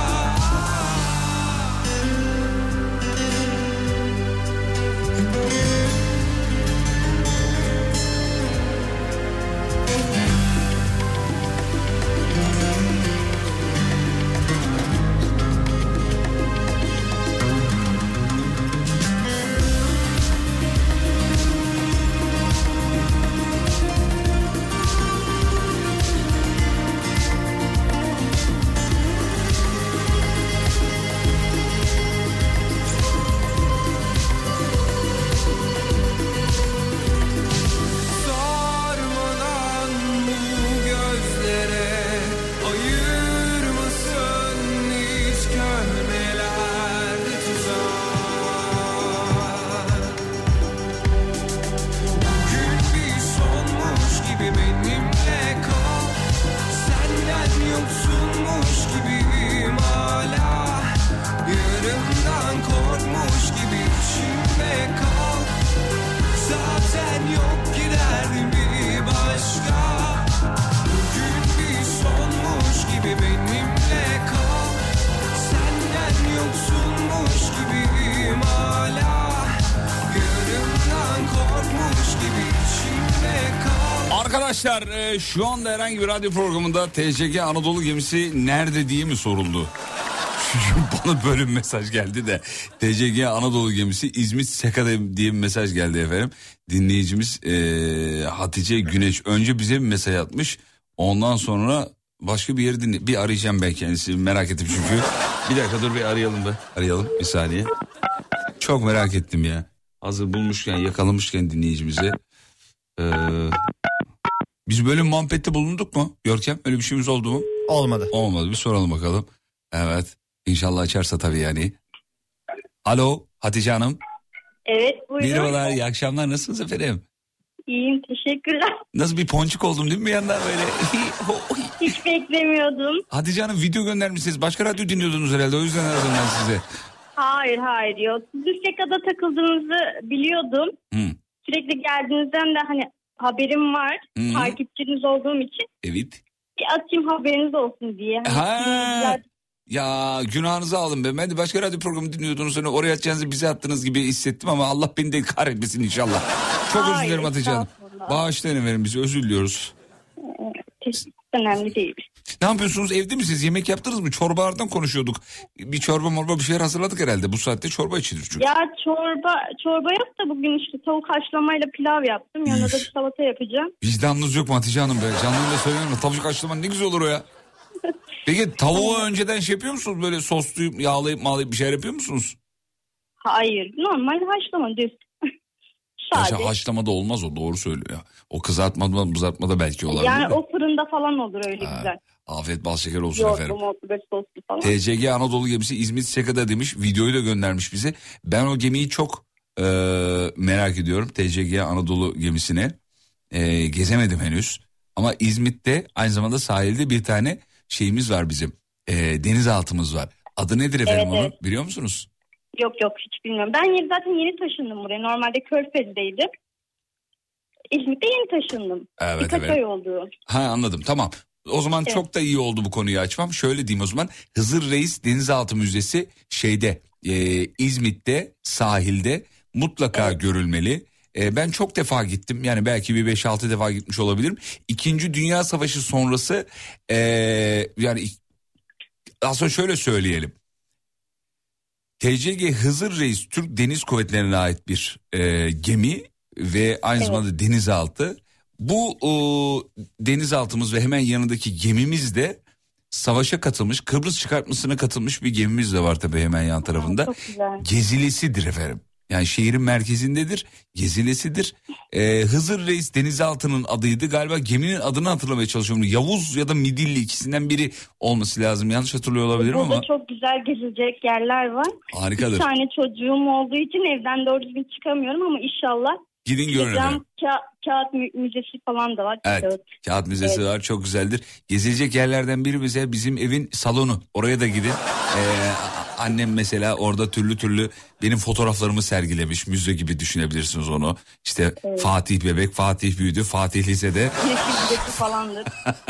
Arkadaşlar e, şu anda herhangi bir radyo programında T C G Anadolu gemisi nerede diye mi soruldu? Bana böyle bir mesaj geldi de T C G Anadolu gemisi İzmit Seka'da diye bir mesaj geldi efendim. Dinleyicimiz e, Hatice Güneş önce bize bir mesaj atmış. Ondan sonra başka bir yeri dinle. Bir arayacağım ben kendisi, merak ettim çünkü. Bir dakika dur bir arayalım be. Arayalım bir saniye. Çok merak ettim ya. Hazır bulmuşken, yakalamışken dinleyicimizi. Ee, biz böyle bir muhabbette bulunduk mu Görkem? Öyle bir şeyimiz oldu mu? Olmadı. Olmadı, bir soralım bakalım. Evet, İnşallah açarsa tabii yani. Alo Hatice Hanım. Evet, buyurun. Merhabalar, iyi akşamlar, nasılsınız efendim? İyiyim, teşekkürler. Nasıl bir ponçik oldum değil mi bir yandan böyle? Hiç beklemiyordum. Hatice Hanım video göndermişsiniz. Başka radyo dinliyordunuz herhalde, o yüzden aradım ben size. Hayır hayır yok. Sizin Seka'da takıldığınızı biliyordum. Hı. Sürekli geldiğinizden de hani haberim var. Hı. Takipçiniz olduğum için. Evet. Bir atayım haberiniz olsun diye. Hani Ha. dinleyiciler- Ya günahınızı alın be. Ben de başka radyo programı dinliyordunuz. Sonra oraya atacağınızı bize attığınız gibi hissettim ama Allah beni de kahretmesin inşallah. Çok özür Hayır, dilerim Hatice Hanım. estağfurullah. Bağışlayın efendim, bizi özür diliyoruz. Teşekkür, önemli değil. Ne yapıyorsunuz, evde misiniz? Yemek yaptınız mı? Çorbalardan konuşuyorduk. Bir çorba morba bir şeyler hazırladık herhalde. Bu saatte çorba içilir çünkü. Ya çorba çorba yok da bugün işte tavuk haşlamayla pilav yaptım. Yanına da bir salata yapacağım. Vicdanınız yok mu Hatice Hanım be? Canlıyla söylüyorum da tavuk haşlaman ne güzel olur o ya. Peki tavuğu önceden şey yapıyor musunuz? Böyle soslayıp yağlayıp mağlayıp bir şeyler yapıyor musunuz? Hayır, normal haşlama düz. Gerçi Sade. haşlamada olmaz, o doğru söylüyor ya. O kızartmada kızartmada belki olabilir Yani de. o fırında falan olur öyle Ha, güzel. Afiyet bal şeker olsun Yoğurtlu, efendim. moğutlu, böyle soslu falan. T C G Anadolu gemisi İzmit Seka'da demiş. Videoyu da göndermiş bize. Ben o gemiyi çok e, merak ediyorum. T C G Anadolu gemisine. E, gezemedim henüz. Ama İzmit'te aynı zamanda sahilde bir tane şeyimiz var bizim. E, denizaltımız var. Adı nedir efendim Evet, onun? evet. Biliyor musunuz? Yok yok hiç bilmiyorum. Ben yeni, zaten yeni taşındım buraya. Normalde Körfez'deydim. İzmit'te yeni taşındım. Evet, Birkaç evet. ay oldu. Ha, anladım, tamam. O zaman Evet. çok da iyi oldu bu konuyu açmam. Şöyle diyeyim o zaman. Hızır Reis Denizaltı Müzesi şeyde e, İzmit'te sahilde mutlaka görülmeli. E, ben çok defa gittim, yani belki bir beş altı defa gitmiş olabilirim. İkinci Dünya Savaşı sonrası e, yani aslında şöyle söyleyelim. T C G Hızır Reis Türk Deniz Kuvvetleri'ne ait bir e, gemi ve aynı Evet. zamanda denizaltı. Bu o, denizaltımız ve hemen yanındaki gemimiz de savaşa katılmış, Kıbrıs çıkartmasına katılmış bir gemimiz de var tabii hemen yan tarafında. Çok güzel. Gezilesidir efendim. Yani şehrin merkezindedir, gezilesidir. Ee, Hızır Reis denizaltının adıydı. Galiba geminin adını hatırlamaya çalışıyorum. Yavuz ya da Midilli, ikisinden biri olması lazım. Yanlış hatırlıyor olabilirim Burada ama çok güzel gezilecek yerler var. harikadır. Bir tane çocuğum olduğu için evden doğru düzgün çıkamıyorum ama inşallah. Gidin görün Gideceğim. efendim. Ka- kağıt mü- müzesi falan da var. Evet, Kağıt. kağıt müzesi Evet. var, çok güzeldir. Gezilecek yerlerden biri mesela bizim evin salonu. Oraya da gidin. Ee, annem mesela orada türlü türlü benim fotoğraflarımı sergilemiş. Müze gibi düşünebilirsiniz onu. İşte Evet. Fatih bebek, Fatih büyüdü, Fatih lisede. Yeşil gidesi falandır.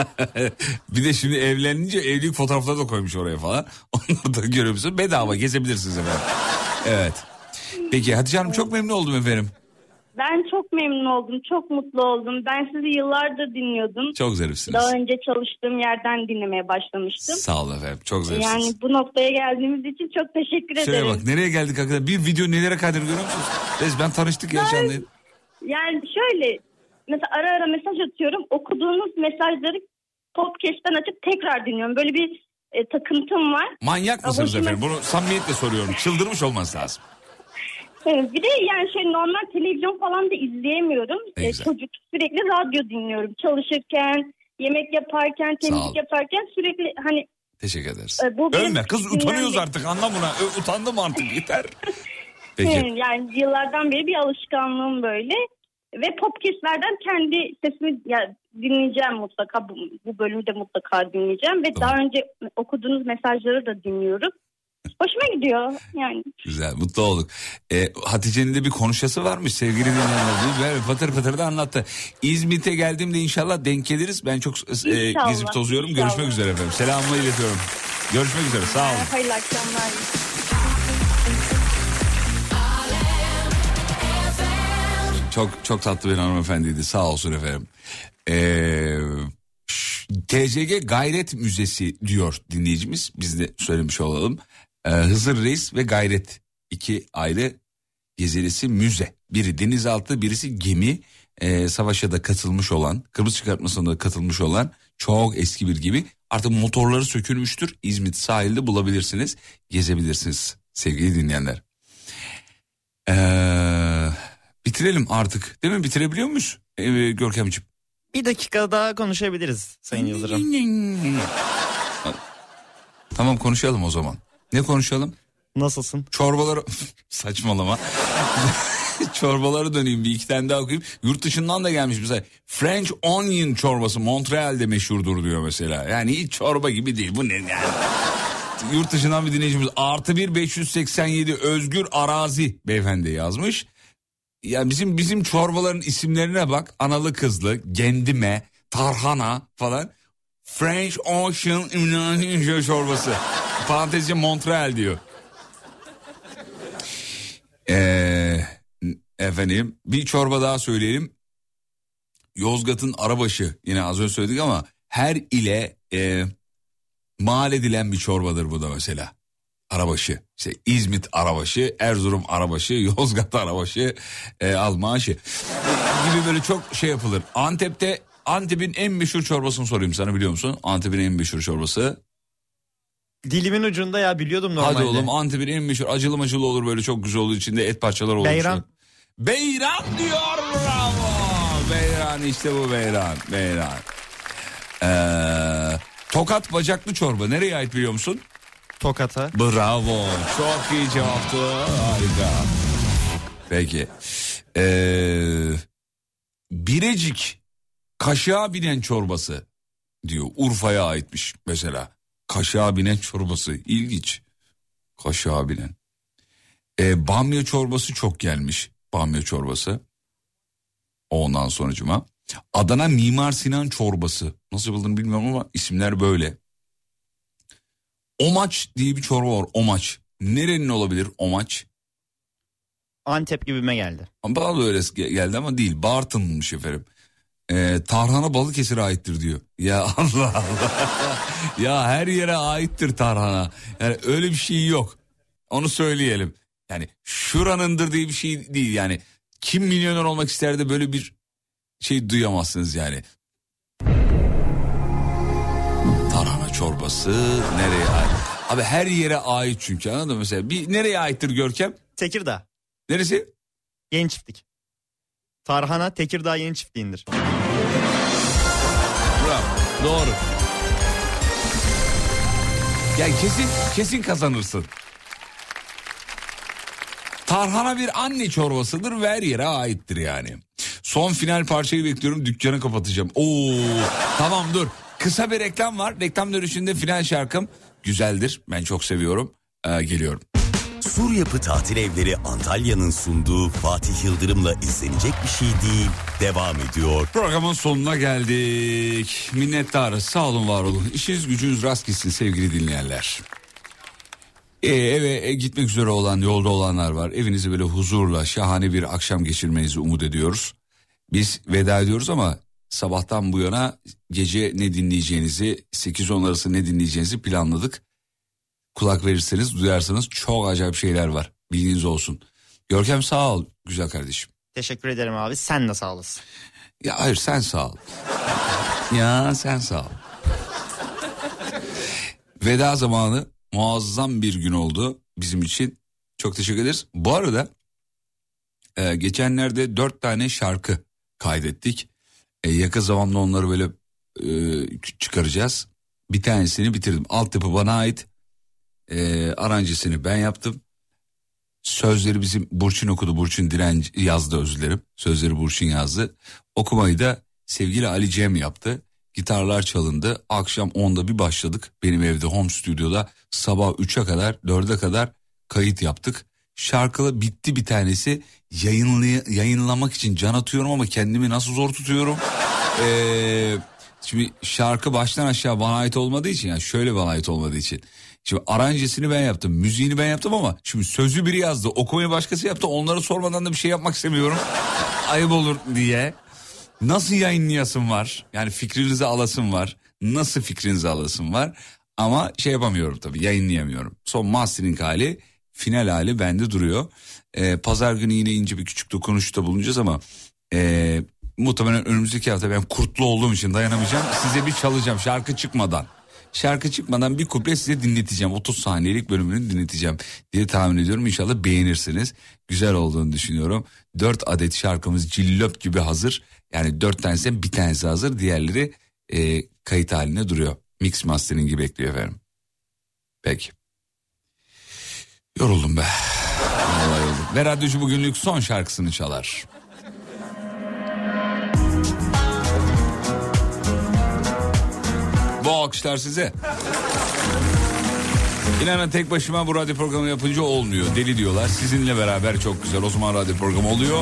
Bir de şimdi evlenince evlilik fotoğrafları da koymuş oraya falan. Onları da görüyor musunuz? Bedava gezebilirsiniz efendim. Evet. Peki Hatice Hanım, çok memnun oldum efendim. Ben çok memnun oldum. Çok mutlu oldum. Ben sizi yıllardır dinliyordum. Çok zarifsiniz. Daha önce çalıştığım yerden dinlemeye başlamıştım. Sağ olun efendim, çok zarifsiniz. Yani bu noktaya geldiğimiz için çok teşekkür Şuraya ederim. bak, nereye geldik hakikaten. Bir video nelere kaydırıyor, görüyor musunuz? Resmen tanıştık ya canlı. Yani şöyle mesela ara ara mesaj atıyorum. Okuduğunuz mesajları podcast'ten açıp tekrar dinliyorum. Böyle bir e, takıntım var. Manyak mısınız Hoşuma- efendim? Bunu samimiyetle soruyorum. Çıldırmış olmanız lazım. Evet, bir de yani şey normal televizyon falan da izleyemiyorum. Ne E, güzel. çocuk sürekli radyo dinliyorum. Çalışırken, yemek yaparken, ol. temizlik yaparken sürekli hani Teşekkür ederiz. E, bu benim Övme kız, dinlenme- utanıyoruz artık, anla buna. Ö, utandım artık, yeter. Hı, Peki. yani yıllardan beri bir alışkanlığım böyle. Ve podcastlerden kendi sesimi ya, dinleyeceğim mutlaka. Bu, bu bölümü de mutlaka dinleyeceğim. Ve daha önce okuduğunuz mesajları da dinliyorum. Hoşuma gidiyor yani. Güzel, mutlu olduk. Ee, Hatice'nin de bir konuşması varmış sevgili dinleyenler. Böyle patır patır da anlattı. İzmit'e geldiğimde inşallah denk geliriz. Ben çok e, İnşallah, gezip tozuyorum. inşallah. Görüşmek üzere efendim. Selamımı iletiyorum. Görüşmek üzere, sağ olun. Hayırlı akşamlar. Çok çok tatlı bir hanımefendiydi, sağ olsun efendim. Ee, T C G Gayret Müzesi diyor dinleyicimiz. Biz de söylemiş olalım. Ee, Hızır Reis ve Gayret, iki ayrı gezilisi müze. Biri denizaltı, birisi gemi. Ee, savaşa da katılmış olan, Kıbrıs çıkartmasına da katılmış olan çok eski bir gemi. Artık motorları sökülmüştür. İzmit sahilde bulabilirsiniz, gezebilirsiniz sevgili dinleyenler. Ee, bitirelim artık, değil mi? Bitirebiliyor muyuz ee, Görkemciğim? Bir dakika daha konuşabiliriz Sayın Yıldırım. Tamam, konuşalım o zaman. Ne konuşalım? Nasılsın? Çorbaları... Saçmalama. çorbalara döneyim, bir iki tane daha okuyayım. Yurt dışından da gelmiş mesela. French onion çorbası Montreal'de meşhurdur diyor mesela. Yani hiç çorba gibi değil. Bu ne yani? Yurt dışından bir dinleyicimiz artı bir beş yüz seksen yedi Özgür Arazi beyefendi yazmış. Ya bizim bizim çorbaların isimlerine bak. Analı kızlı, gendime, tarhana falan. French Ocean çorbası. Parantezce Montreal diyor. Ee, efendim bir çorba daha söyleyelim. Yozgat'ın Arabaşı, yine az önce söyledik ama her ile e, mal edilen bir çorbadır bu da mesela. Arabaşı, işte İzmit Arabaşı, Erzurum Arabaşı, Yozgat Arabaşı, e, Almaşı gibi böyle çok şey yapılır. Antep'te, Antep'in en meşhur çorbasını sorayım sana, biliyor musun? Antep'in en meşhur çorbası. Dilimin ucunda ya, biliyordum normalde. Hadi oğlum, Antep'in en meşhur acılı macılı olur, böyle çok güzel olur, içinde et parçaları olur. Beyran. Beyran diyor, bravo. Beyran, işte bu Beyran. Beyran. Ee, Tokat bacaklı çorba nereye ait biliyor musun? Tokat'a. Bravo, çok iyi cevaptı, harika. Peki. Ee, Birecik kaşığa binen çorbası diyor, Urfa'ya aitmiş mesela. Kaşığa binen çorbası, ilginç. Kaşığa binen. Ee, bamya çorbası çok gelmiş, bamya çorbası. Ondan sonucuma Adana Mimar Sinan çorbası, nasıl yapıldığını bilmiyorum ama isimler böyle. Omaç diye bir çorba var, Omaç. Nerenin olabilir Omaç? Antep gibime geldi. Bana da öyle geldi ama değil, Bartın'mış efendim. Ee, tarhana Balıkesir'e aittir diyor. Ya Allah Allah. Ya her yere aittir tarhana. Yani öyle bir şey yok. Onu söyleyelim. Yani şuranındır diye bir şey değil yani. Kim milyoner olmak ister de böyle bir şey duyamazsınız yani. Tarhana çorbası nereye ait? Abi her yere ait çünkü, anladın mı? Mesela bir nereye aittir Görkem? Tekirdağ. Neresi? Yeni Çiftlik. Tarhana Tekirdağ Yeni Çiftliğindir. Bravo. Doğru. Yani kesin kesin kazanırsın. Tarhana bir anne çorbasıdır ve her yere aittir yani. Son final parçayı bekliyorum, dükkanı kapatacağım. Oo, tamam dur. Kısa bir reklam var. Reklam dönüşünde final şarkım güzeldir. Ben çok seviyorum. Ee, geliyorum. Sur Yapı Tatil Evleri Antalya'nın sunduğu Fatih Yıldırım'la izlenecek bir şey değil, devam ediyor. Programın sonuna geldik. Minnettarız, sağ olun, var olun. İşiniz gücünüz rast gitsin sevgili dinleyenler. Ee, eve gitmek üzere olan, yolda olanlar var. Evinizi böyle huzurla, şahane bir akşam geçirmenizi umut ediyoruz. Biz veda ediyoruz ama sabahtan bu yana gece ne dinleyeceğinizi, sekiz on arası ne dinleyeceğinizi planladık. Kulak verirseniz, duyarsanız çok acayip şeyler var. Bilginiz olsun. Görkem sağ ol güzel kardeşim. Teşekkür ederim abi. Sen de sağ olasın. Ya hayır, sen sağ ol. Ya sen sağ ol. Veda zamanı, muazzam bir gün oldu bizim için. Çok teşekkür ederiz. Bu arada e, geçenlerde dört tane şarkı kaydettik. E, yakın zamanda onları böyle e, çıkaracağız. Bir tanesini bitirdim. Altyapı bana ait. E, aranjesini ben yaptım. Sözleri bizim Burçin okudu. Burçin Direnç yazdı, özür dilerim. Sözleri Burçin yazdı. Okumayı da sevgili Ali Cem yaptı. Gitarlar çalındı. Akşam onda bir başladık. Benim evde, home stüdyoda sabah üçe kadar, dörde kadar kayıt yaptık. Şarkıla bitti bir tanesi. Yayınlay- yayınlamak için can atıyorum ama kendimi nasıl zor tutuyorum. Ee, şimdi şarkı baştan aşağı bana ait olmadığı için, yani şöyle bana ait olmadığı için. Şimdi aranjesini ben yaptım, müziğini ben yaptım ama şimdi sözü biri yazdı, okumayı başkası yaptı. Onlara sormadan da bir şey yapmak istemiyorum. Ayıp olur diye. Nasıl yayınlayasım var? Yani fikrinizi alasım var. Nasıl fikrinizi alasım var? Ama şey yapamıyorum tabii, yayınlayamıyorum. Son mastering hali, final hali bende duruyor. Ee, Pazar günü yine ince bir küçük dokunuşta bulunacağız ama... Ee, muhtemelen önümüzdeki hafta ben kurtlu olduğum için dayanamayacağım. Size bir çalacağım şarkı çıkmadan. Şarkı çıkmadan bir kuple size dinleteceğim. otuz saniyelik bölümünü dinleteceğim diye tahmin ediyorum. İnşallah beğenirsiniz. Güzel olduğunu düşünüyorum. dört adet şarkımız cillop gibi hazır. Yani dört tanesinden bir tanesi hazır. Diğerleri e, kayıt haline duruyor. Mix masteringi bekliyor efendim. Peki. Yoruldum be. Vallahi yoruldum. Ve radyocu bugünlük son şarkısını çalar. Bu alkışlar size. İnanın tek başıma bu radyo programı yapınca olmuyor. Deli diyorlar. Sizinle beraber çok güzel. O zaman radyo programı oluyor.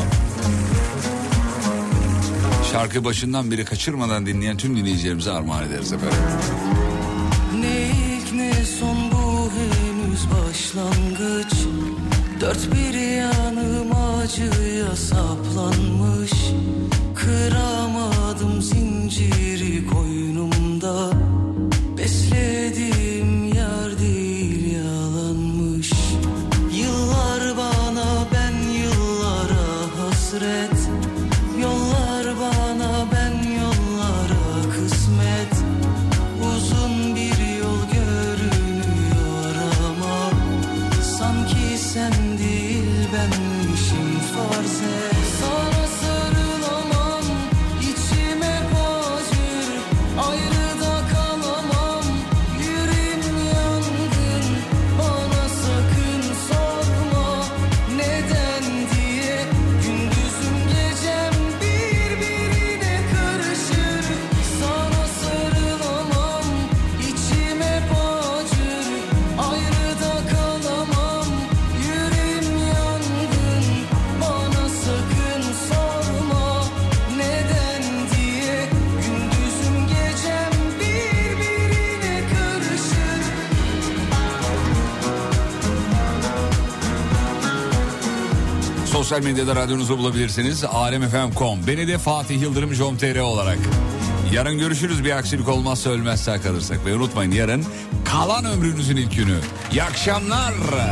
Şarkı başından beri kaçırmadan dinleyen tüm dinleyicilerimize armağan ederiz efendim. Ne ilk ne son bu henüz başlangıç. Dört bir yanım acıya saplanmış. Kıramadım zinciri koynumda. Beslediğim yer değil yalanmış. Yıllar bana ben yıllara hasret. Yollar bana ben yollara kısmet. Uzun bir yol görünüyor ama sanki sen değil benmişim farz et. Sana sarılamam, içime acır, ayrı da kalamam. Yüreğim yangın, bana sakın sorma neden diye. Gündüzüm gecem birbirine karışır. Sana sarılamam, içime acır, ayrı da kalamam. Yüreğim yangın, bana sakın sorma neden diye. Gündüzüm gecem birbirine karışır. Sosyal medyada radyonuzu bulabilirsiniz. alem f m nokta com. Beni de Fatih Yıldırım nokta com nokta tr olarak. Yarın görüşürüz, bir aksilik olmazsa ölmez sağ kalırsak. Ve unutmayın, yarın kalan ömrünüzün ilk günü. İyi akşamlar.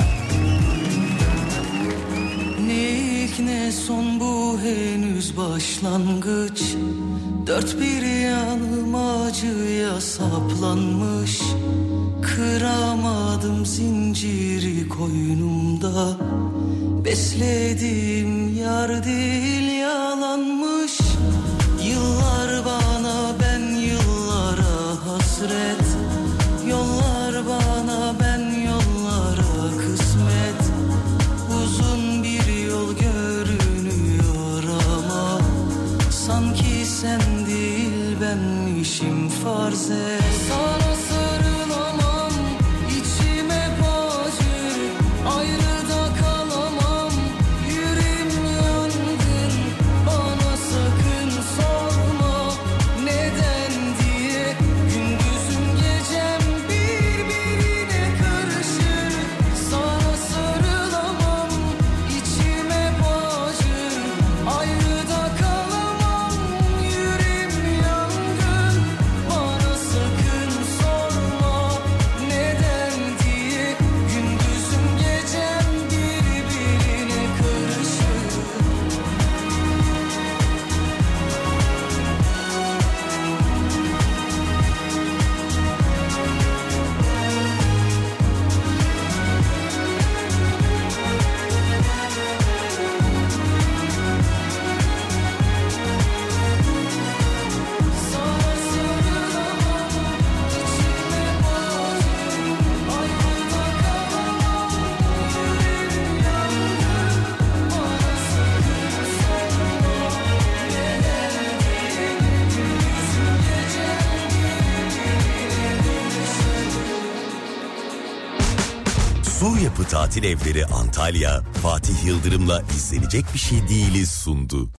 Ne ilk ne son bu henüz başlangıç. Dört bir yanım acıya saplanmış. Kıramadım zinciri koynumda. Beslediğim yar değil yalanmış. Yıllar bana ben yıllara hasret. Yollar bana ben yollara kısmet. Uzun bir yol görünüyor ama sanki sen değil benmişim farz et. Sana sarılamam, içime acır, ayrı da kalamam. Yüreğim yangın, bana sakın sorma neden diye. Gündüzüm gecem birbirine karışır. Sana sarılamam, içime acır, ayrı da kalamam. Yüreğim yangın, bana sakın sorma neden diye. Gündüzüm gecem birbirine karışır. Sana sarılamam, içime acır, ayrı da kalamam. Yüreğim yangın, bana sakın sorma neden diye. Gündüzüm gecem birbirine karışır. Sur Yapı Tatil Evleri Antalya, Fatih Yıldırım'la izlenecek bir şey değiliz sundu.